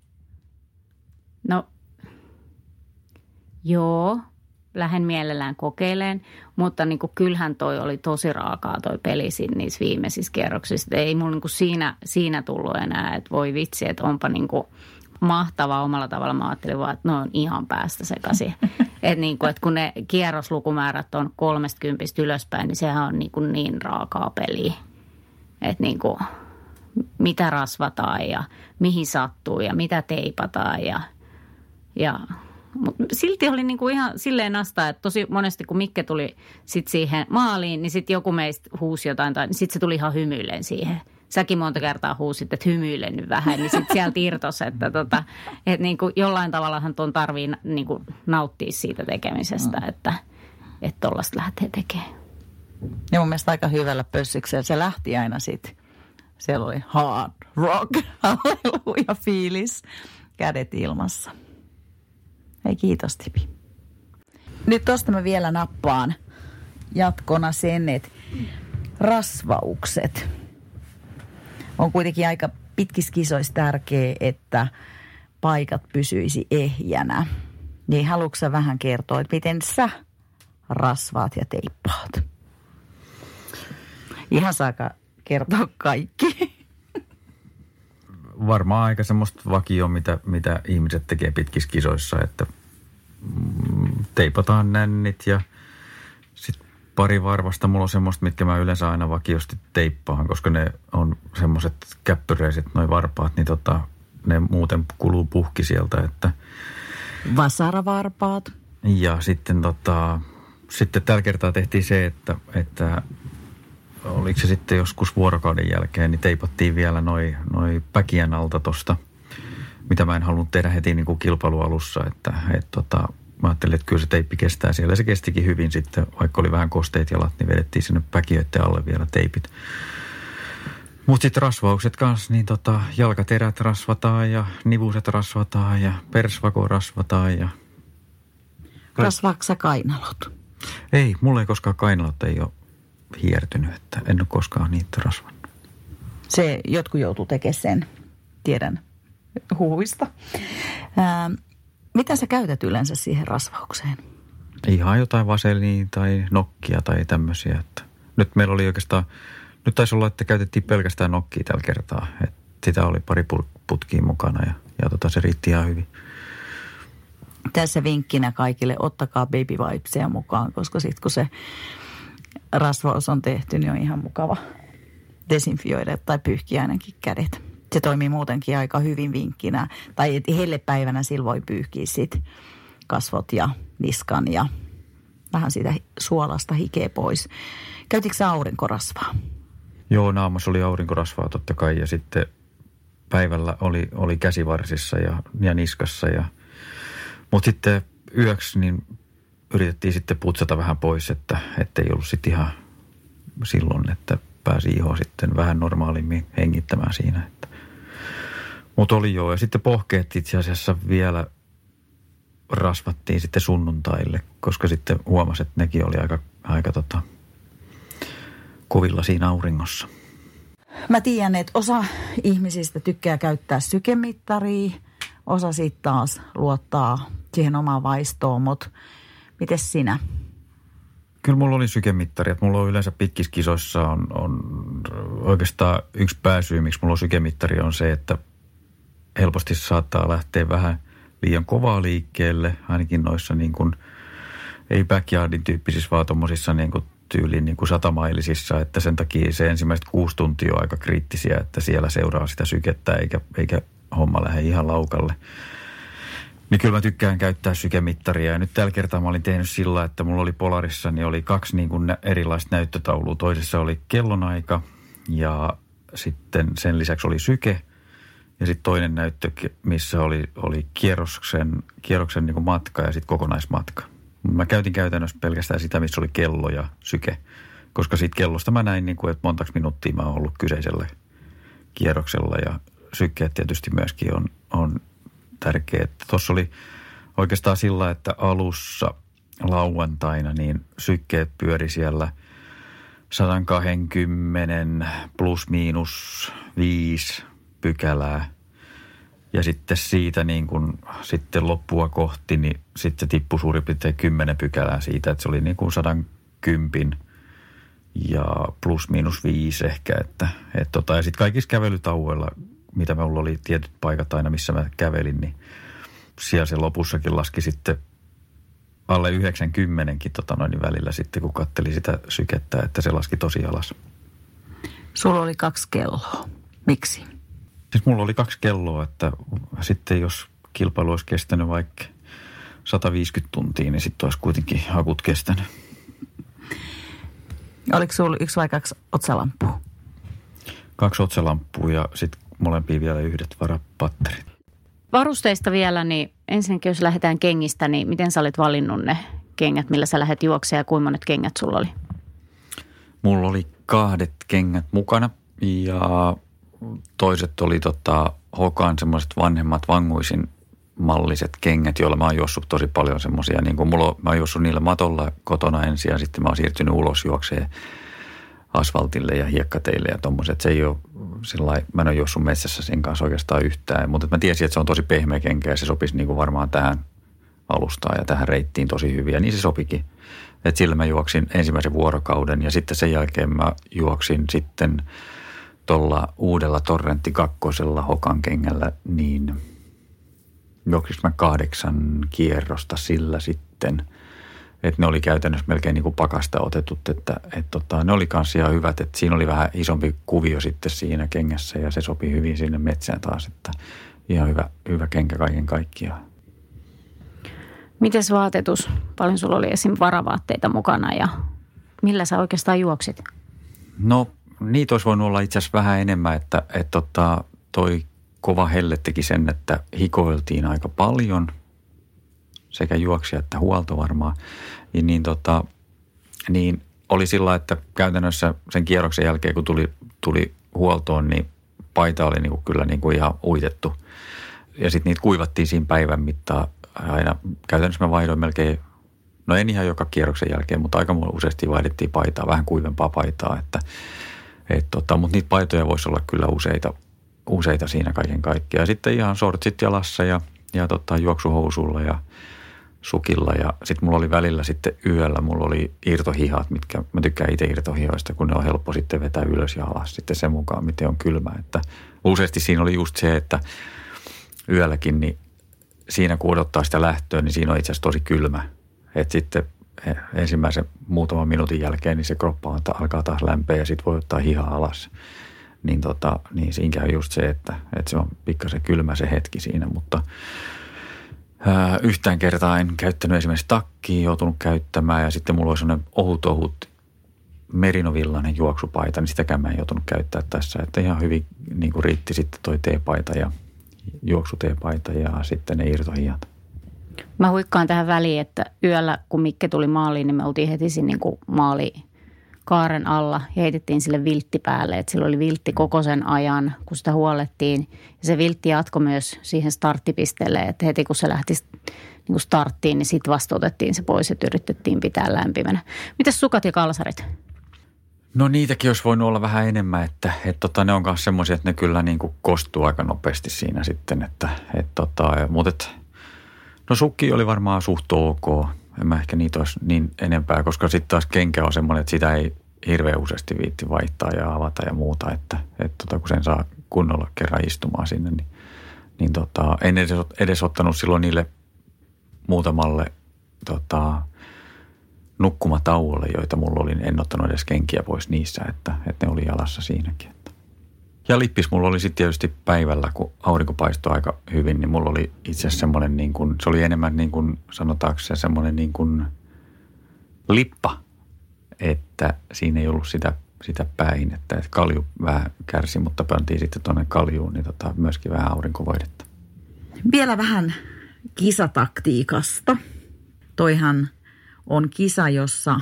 No, joo, lähden mielellään kokeileen, mutta niin kuin kyllähän toi oli tosi raakaa toi peli niissä viimeisissä kerroksissa. Ei mulla niin kuin siinä, siinä tullut enää, että voi vitsi, että onpa niin kuin mahtavaa omalla tavalla. Mä ajattelin vaan, että ne on ihan päästä sekaisin. Että niin kuin, että kun ne kierroslukumäärät on kolmestakymmenestä ylöspäin, niin sehän on niin, kuin niin raakaa peliä. Että niin kuin mitä rasvataan ja mihin sattuu ja mitä teipataan ja, ja mutta silti oli niinku ihan silleen nastaa, että tosi monesti kun Mikke tuli sit siihen maaliin, niin sitten joku meistä huusi jotain tai niin sitten se tuli ihan hymyilleen siihen. Säkin monta kertaa huusit, että hymyile nyt vähän, niin sitten sieltä irtosi, että tota, et niinku jollain tavallahan tuon tarvii niinku nauttia siitä tekemisestä, mm. että tollaista lähtee tekemään. Ja mun mielestä aika hyvällä pössiksellä se lähti aina sitten. Siellä oli hard rock, halleluja fiilis, kädet ilmassa. Hei, kiitos Tipi. Nyt tosta mä vielä nappaan jatkona sen, että rasvaukset. On kuitenkin aika pitkissä kisoissa tärkeää, että paikat pysyisi ehjänä. Niin haluatko sä vähän kertoa, että miten sä rasvaat ja teippaat? Ihan saaka kertoa kaikki. Varmaan aika semmoista vakioa, mitä, mitä ihmiset tekee pitkissä kisoissa, että teipataan nännit ja sitten pari varvasta. Mulla on semmoista, mitkä mä yleensä aina vakiosti teippaan, koska ne on semmoiset käppyreiset, noi varpaat, niin tota, ne muuten kuluu puhki sieltä. Että vasaravarpaat. Ja sitten, tota, sitten tällä kertaa tehtiin se, että, että oliko se sitten joskus vuorokauden jälkeen, niin teipattiin vielä noi, noi päkien alta tosta, mitä mä en halunnut tehdä heti niin kuin kilpailualussa, että et, tota, mä ajattelin, että kyllä se teippi kestää siellä. Se kestikin hyvin sitten, vaikka oli vähän kosteet jalat, niin vedettiin sinne päkiöiden alle vielä teipit. Mutta sitten rasvaukset kanssa, niin tota, jalkaterät rasvataan ja nivuset rasvataan ja persvako rasvataan ja Rasvaatko sä kainalot? Ei, mulla ei koskaan kainalot ei ole hiertynyt, että en ole koskaan niitä rasvannut. Se jotkut joutuu tekemään sen, tiedän huuvista. Ää, mitä sä käytät yleensä siihen rasvaukseen? Ihan jotain vaselinia tai nokkia tai tämmöisiä. Että nyt meillä oli oikeastaan, nyt taisi olla, että käytettiin pelkästään nokkia tällä kertaa. Että sitä oli pari putkia mukana ja, ja tota, se riitti ihan hyvin. Tässä vinkkinä kaikille, ottakaa baby wipesia mukaan, koska sitten kun se rasvaus on tehty, niin on ihan mukava desinfioida tai pyyhkiä ainakin kädet. Se toimii muutenkin aika hyvin vinkkinä. Tai hellepäivänä sillä voi pyyhkiä sit kasvot ja niskan ja vähän siitä suolasta hikeä pois. Käytitkö sä aurinkorasvaa? Joo, naamassa oli aurinkorasvaa totta kai ja sitten päivällä oli, oli käsivarsissa ja, ja niskassa. Ja, mutta sitten yöksi niin yritettiin sitten putsata vähän pois, että ei ollut sitten ihan silloin, että pääsi iho sitten vähän normaalimmin hengittämään siinä. Mutta oli joo. Ja sitten pohkeet itse asiassa vielä rasvattiin sitten sunnuntaille, koska sitten huomasi, että nekin oli aika, aika tota, kovilla siinä auringossa. Mä tiedän, että osa ihmisistä tykkää käyttää sykemittaria, osa sitten taas luottaa siihen omaan vaistoon, mutta mites sinä? Kyllä mulla oli sykemittari, että mulla on yleensä pitkissä kisoissa on, on oikeastaan yksi pääsyy, miksi mulla on sykemittari on se, että helposti saattaa lähteä vähän liian kovaa liikkeelle, ainakin noissa niin kuin, ei backyardin tyyppisissä, vaan tommosissa niin kuin tyyliin niin kuin satamailisissa, että sen takia se ensimmäiset kuusi tuntia on aika kriittisiä, että siellä seuraa sitä sykettä eikä, eikä homma lähde ihan laukalle. Niin kyllä mä tykkään käyttää sykemittaria ja nyt tällä kertaa mä olin tehnyt sillä, että mulla oli Polarissa, niin oli kaksi niin kuin erilaista näyttötaulua. Toisessa oli kellonaika ja sitten sen lisäksi oli syke ja sitten toinen näyttö, missä oli, oli kierroksen, kierroksen niin kuin matka ja sitten kokonaismatka. Mä käytin käytännössä pelkästään sitä, missä oli kello ja syke, koska siitä kellosta mä näin, niin kuin, että montaksi minuuttia mä oon ollut kyseisellä kierroksella ja sykkeet tietysti myöskin on, on tärkeä. Tuossa oli oikeastaan sillä, että alussa lauantaina niin sykkeet pyöri siellä sata kaksikymmentä plus miinus viisi pykälää. Ja sitten siitä niin kun sitten loppua kohti, niin sitten se tippui suurin piirtein kymmenen pykälää siitä, että se oli niin kuin sata kymmenen ja plus miinus viisi ehkä. Että, et tota, ja sitten kaikissa kävelytauoilla, mitä minulla oli tietyt paikat aina, missä mä kävelin, niin siellä se lopussakin laski sitten alle yhdeksänkymmentäkin tota noin välillä sitten, kun katteli sitä sykettä, että se laski tosi alas. Sulla oli kaksi kelloa. Miksi? Siis mulla oli kaksi kelloa, että sitten jos kilpailu olisi kestänyt vaikka sata viisikymmentä tuntia, niin sitten olisi kuitenkin akut kestänyt. Oliko sulla yksi vai kaksi otsalampua? Kaksi otsalampua ja sitten molempia vielä yhdet varapatterit. Varusteista vielä, niin ensinnäkin jos lähdetään kengistä, niin miten sä olit valinnut ne kengät, millä sä lähdet juoksemaan ja kuinka monet kengät sulla oli? Mulla oli kahdet kengät mukana ja toiset oli tota, Hokan semmoiset vanhemmat vanguisin malliset kengät, joilla mä oon juossut tosi paljon semmoisia. Niin kuin mulla on, mä oon juossut niillä matolla kotona ensin ja sitten mä oon siirtynyt ulos juokseen asfaltille ja hiekkateille ja tommoset. Se ei ole sillai, mä en ole juossut metsässä sen kanssa oikeastaan yhtään, mutta mä tiesin, että se on tosi pehmeä kenkä ja se sopisi niin kuin varmaan tähän alustaan ja tähän reittiin tosi hyvin ja niin se sopikin. Että sillä mä juoksin ensimmäisen vuorokauden ja sitten sen jälkeen mä juoksin sitten tuolla uudella Torrentti kakkosella Hokan kengällä, niin juoksin mä kahdeksan kierrosta sillä sitten. Että ne oli käytännössä melkein niin kuin pakasta otetut, että et tota, ne oli kanssa ihan hyvät, että siinä oli vähän isompi kuvio sitten siinä kengässä ja se sopi hyvin sinne metsään taas, että ihan hyvä, hyvä kenkä kaiken kaikkiaan. Mites vaatetus? Paljon sulla oli esim. Varavaatteita mukana ja millä sä oikeastaan juoksit? No niitä olisi voinut olla itse asiassa vähän enemmän, että et tota, toi kova helle teki sen, että hikoiltiin aika paljon sekä juoksia että huolto varmaan. Ja niin, tota, niin oli sillä, että käytännössä sen kierroksen jälkeen, kun tuli, tuli huoltoon, niin paita oli niinku kyllä niinku ihan uitettu. Ja sitten niitä kuivattiin siinä päivän mittaan aina. Käytännössä mä vaihdoin melkein no en ihan joka kierroksen jälkeen, mutta aika useasti vaihdettiin paitaa, vähän kuivempaa paitaa, että et tota, mutta niitä paitoja voisi olla kyllä useita, useita siinä kaiken kaikkiaan. Ja sitten ihan shortsit jalassa ja, ja tota, juoksuhousulla ja sukilla ja sitten mulla oli välillä sitten yöllä, mulla oli irtohihat, mitkä mä tykkään itse irtohihoista, kun ne on helppo sitten vetää ylös ja alas sitten sen mukaan, miten on kylmä. Että useasti siinä oli just se, että yölläkin niin siinä kun odottaa sitä lähtöä, niin siinä on itse asiassa tosi kylmä. Että sitten ensimmäisen muutaman minuutin jälkeen niin se kroppa on, alkaa taas lämpeä ja sitten voi ottaa hihaa alas. Niin, tota, niin siinä käy just se, että, että se on pikkasen kylmä se hetki siinä, mutta ää, yhtään kertaa en käyttänyt esimerkiksi takkia, joutunut käyttämään ja sitten mulla oli sellainen ohut ohut merinovillainen juoksupaita, niin sitäkään mä en joutunut käyttää tässä. Että ihan hyvin niin kuin riitti sitten toi teepaita ja juoksuteepaita ja sitten ne irtohijat. Mä huikkaan tähän väliin, että yöllä kun Mikke tuli maaliin, niin me oltiin heti siinä niin kuin maalikaaren alla ja heitettiin sille viltti päälle. Että sillä oli viltti koko sen ajan, kun sitä huolettiin. Ja se viltti jatkoi myös siihen starttipisteelle, että heti kun se lähti niin kuin starttiin, niin sitten vasta otettiin se pois ja yritettiin pitää lämpimänä. Mitäs sukat ja kalsarit? No niitäkin olisi voinut olla vähän enemmän, että et tota, ne on myös semmoisia, että ne kyllä niin kuin kostuu aika nopeasti siinä sitten. Että, et tota, mutta et, no sukki oli varmaan suht ok. En mä ehkä niitä olisi niin enempää, koska sitten taas kenkä on semmoinen, että sitä ei hirveän useasti viitti vaihtaa ja avata ja muuta. Että et tota, kun sen saa kunnolla kerran istumaan sinne, niin, niin tota, en edes, edes ottanut silloin niille muutamalle tota, nukkumatauolle, joita mulla oli. En ottanut edes kenkiä pois niissä, että, että ne oli jalassa siinäkin. Että. Ja lippis mulla oli sitten tietysti päivällä, kun aurinko paistoi aika hyvin, niin mulla oli itse asiassa semmoinen niin kuin, se oli enemmän niin kuin, sanotaanko se semmoinen niin kuin lippa, että siinä ei ollut sitä, sitä päin, että kalju vähän kärsi, mutta pantiin sitten tuonne kaljuun, niin tota, myöskin vähän aurinkovoidetta. Vielä vähän kisataktiikasta. Toihan on kisa, jossa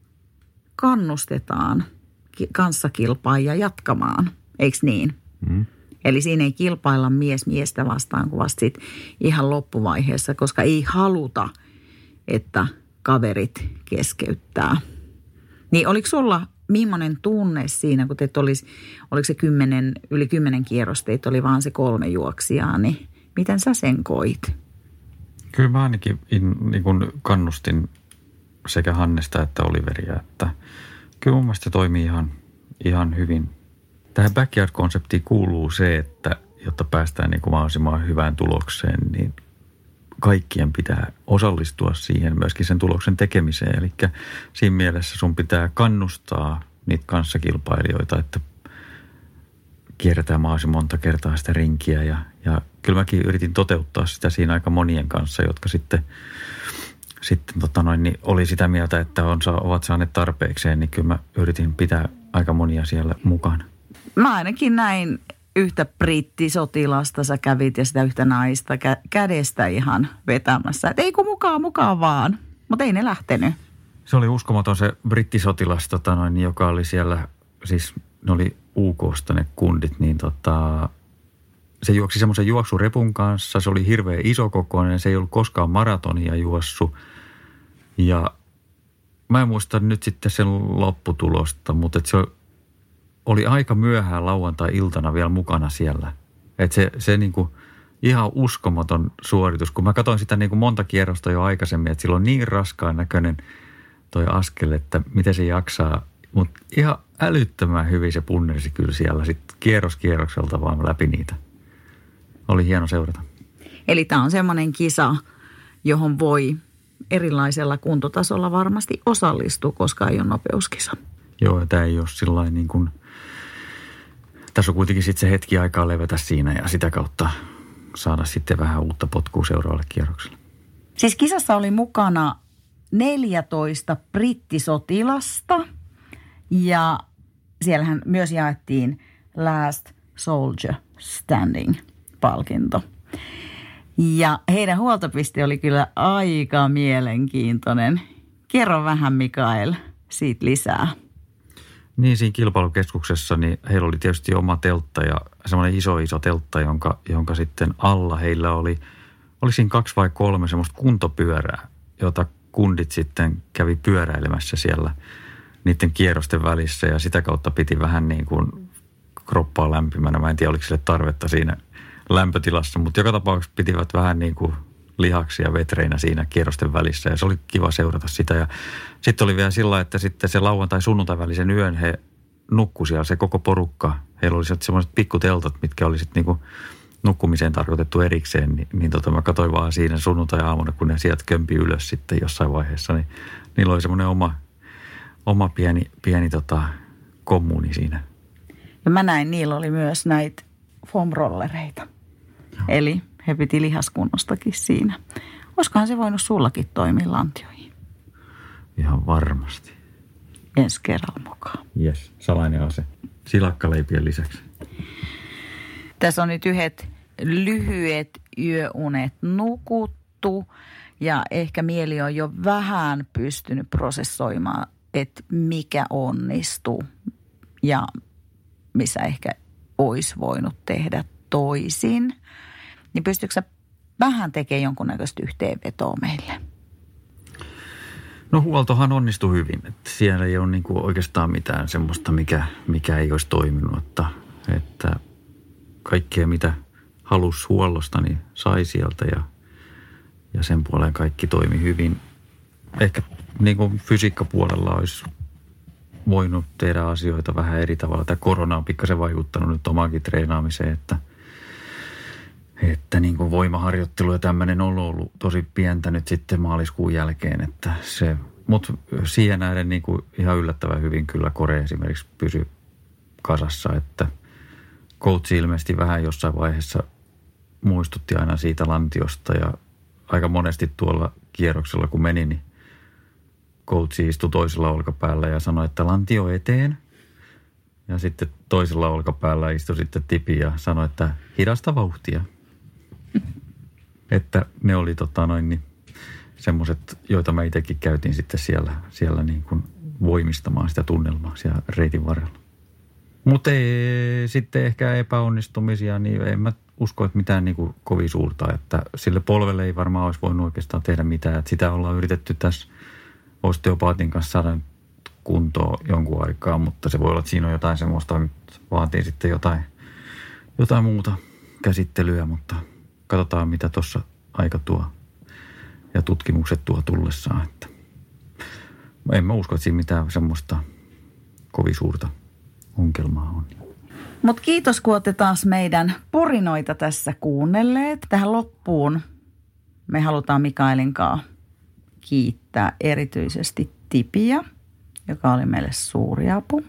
kannustetaan kanssakilpaajia jatkamaan. Eikö niin? Mm. Eli siinä ei kilpailla mies miestä vastaan kuin vasta sit ihan loppuvaiheessa, koska ei haluta, että kaverit keskeyttää. Niin oliko sulla millainen tunne siinä, kun teet olisi, oliko se kymmenen, yli kymmenen kierrosta, teitä oli vaan se kolme juoksijaa, niin miten sä sen koit? Kyllä mä ainakin in, niin kun kannustin sekä Hannesta että Oliveria, että kyllä mun mielestä se toimii ihan, ihan hyvin. Tähän backyard-konseptiin kuuluu se, että jotta päästään niin kuin mahdollisimman hyvään tulokseen, niin kaikkien pitää osallistua siihen myöskin sen tuloksen tekemiseen. Eli siinä mielessä sun pitää kannustaa niitä kanssakilpailijoita, että kierretään mahdollisimman monta kertaa sitä rinkiä. Ja, ja kyllä mäkin yritin toteuttaa sitä siinä aika monien kanssa, jotka sitten, sitten tota noin, niin oli sitä mieltä, että on, ovat saaneet tarpeekseen, niin kyllä mä yritin pitää aika monia siellä mukana. Mä ainakin näin yhtä brittisotilasta, sä kävit ja sitä yhtä naista kä- kädestä ihan vetämässä. Et ei kun mukaan, mukaan vaan. Mutta ei ne lähtenyt. Se oli uskomaton se brittisotilas, tota noin, joka oli siellä, siis ne oli U K:sta ne kundit, niin tota, se juoksi semmoisen juoksurepun kanssa. Se oli hirveän isokokoinen, se ei ollut koskaan maratonia juossut. Ja mä en muista nyt sitten sen lopputulosta, mutta se oli aika myöhään lauantai-iltana vielä mukana siellä. Että se, se niinku ihan uskomaton suoritus, kun mä katsoin sitä niinku monta kierrosta jo aikaisemmin, että sillä on niin raskaan näköinen toi askel, että miten se jaksaa. Mutta ihan älyttömän hyvin se punnersi kyllä siellä sitten kierros kierrokselta vaan läpi niitä. Oli hieno seurata. Eli tämä on semmoinen kisa, johon voi erilaisella kuntotasolla varmasti osallistua, koska ei ole nopeuskisa. Joo, ja tämä ei ole sillain niin kuin, tässä on kuitenkin sitten se hetki aikaa levätä siinä ja sitä kautta saada sitten vähän uutta potkua seuraavalle kierrokselle. Siis kisassa oli mukana neljätoista brittisotilasta ja siellähän myös jaettiin Last Soldier Standing -palkinto. Ja heidän huoltopiste oli kyllä aika mielenkiintoinen. Kerro vähän, Mikael, siitä lisää. Niin, siinä kilpailukeskuksessa niin heillä oli tietysti oma teltta ja semmoinen iso iso teltta, jonka, jonka sitten alla heillä oli, oli siinä kaksi vai kolme semmoista kuntopyörää, jota kundit sitten kävi pyöräilemässä siellä niiden kierrosten välissä ja sitä kautta piti vähän niin kuin kroppaa lämpimänä. Mä en tiedä, oliko sille tarvetta siinä lämpötilassa, mutta joka tapauksessa pitivät vähän niin kuin lihaksia vetreinä siinä kierrosten välissä ja se oli kiva seurata sitä. Ja sitten oli vielä sillä, että sitten se lauantai-sunnuntai välisen yön he nukkui siellä, se koko porukka. Heillä oli sellaiset pikkuteltat, mitkä oli sitten niin kuin nukkumiseen tarkoitettu erikseen, niin, niin tota, mä katsoin vaan siinä sunnuntai-aamuna, kun ne sieltä kömpi ylös sitten jossain vaiheessa, niin niillä oli semmoinen oma, oma pieni, pieni tota, kommuni siinä. Ja mä näin, niillä oli myös näitä foam-rollereita. Joo. Eli he piti lihaskunnostakin siinä. Olisikohan se voinut sullakin toimia lantioihin? Ihan varmasti. Ensi kerralla mukaan. Jes, salainen ase. Silakkaleipien lisäksi. Tässä on nyt yhdet lyhyet yöunet nukuttu ja ehkä mieli on jo vähän pystynyt prosessoimaan, että mikä onnistuu ja missä ehkä olisi voinut tehdä toisin. Niin pystytkö sä vähän tekemään jonkunnäköistä yhteenvetoa meille? No huoltohan onnistui hyvin. Että siellä ei ole niin kuin oikeastaan mitään semmoista, mikä, mikä ei olisi toiminut. Että, että kaikkea, mitä halusi huollosta, niin sai sieltä ja, ja sen puoleen kaikki toimi hyvin. Ehkä niin kuin fysiikkapuolella olisi voinut tehdä asioita vähän eri tavalla. Tämä korona on pikkasen vaikuttanut nyt omaankin treenaamiseen, että, että niin kuin voimaharjoittelu ja tämmöinen on ollut tosi pientä nyt sitten maaliskuun jälkeen. Että se, mutta siihen nähden niin kuin ihan yllättävän hyvin kyllä kore esimerkiksi pysyi kasassa, että coachi ilmeisesti vähän jossain vaiheessa muistutti aina siitä lantiosta ja aika monesti tuolla kierroksella kun meni, niin coachi istui toisella olkapäällä ja sanoi, että lantio eteen. Ja sitten toisella olkapäällä istui sitten tipi ja sanoi, että hidasta vauhtia. Että ne oli tota noin niin semmoiset, joita me itsekin käytiin sitten siellä, siellä niin kuin voimistamaan sitä tunnelmaa siellä reitin varrella. Mutta sitten ehkä epäonnistumisia, niin en mä usko, että mitään niin kuin kovin suurta. Että sille polvelle ei varmaan olisi voinut oikeastaan tehdä mitään. Että sitä ollaan yritetty tässä osteopaatin kanssa saada kuntoon jonkun aikaa, mutta se voi olla, että siinä on jotain semmoista, että vaatii sitten jotain, jotain muuta käsittelyä, mutta katsotaan mitä tuossa aika tuo ja tutkimukset tuo tullessaan. Että en mä usko, että siinä mitään semmoista kovin suurta ongelmaa on. Mutta kiitos, kun olette taas meidän porinoita tässä kuunnelleet. Tähän loppuun me halutaan Mikaelin kanssa kiittää erityisesti Tipiä, joka oli meille suuri apu.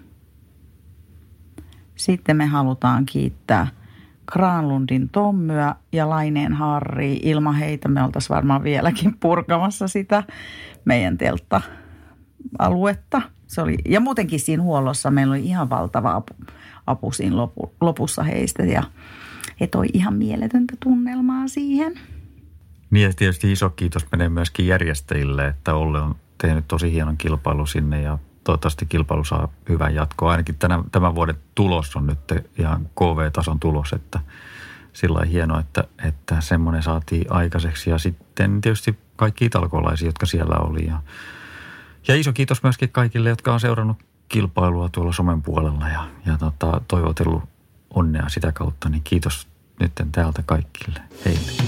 Sitten me halutaan kiittää Granlundin Tommyä ja Laineen Harri. Ilman heitä me oltaisiin varmaan vieläkin purkamassa sitä meidän teltta-aluetta. Se oli, ja muutenkin siinä huollossa meillä oli ihan valtava apu, apu siinä lopu, lopussa heistä ja he toi ihan mieletöntä tunnelmaa siihen. Niin ja tietysti iso kiitos menee myöskin järjestäjille, että Olle on tehnyt tosi hienon kilpailu sinne ja toivottavasti kilpailu saa hyvän jatkoa. Ainakin tänä, tämän vuoden tulos on nyt ihan K V-tason tulos, että sillä on hienoa, että, että semmoinen saatiin aikaiseksi. Ja sitten tietysti kaikki italkolaisia, jotka siellä oli. Ja, ja iso kiitos myöskin kaikille, jotka on seurannut kilpailua tuolla somen puolella ja, ja tota, toivotellut onnea sitä kautta. Niin kiitos nyt täältä kaikille heille.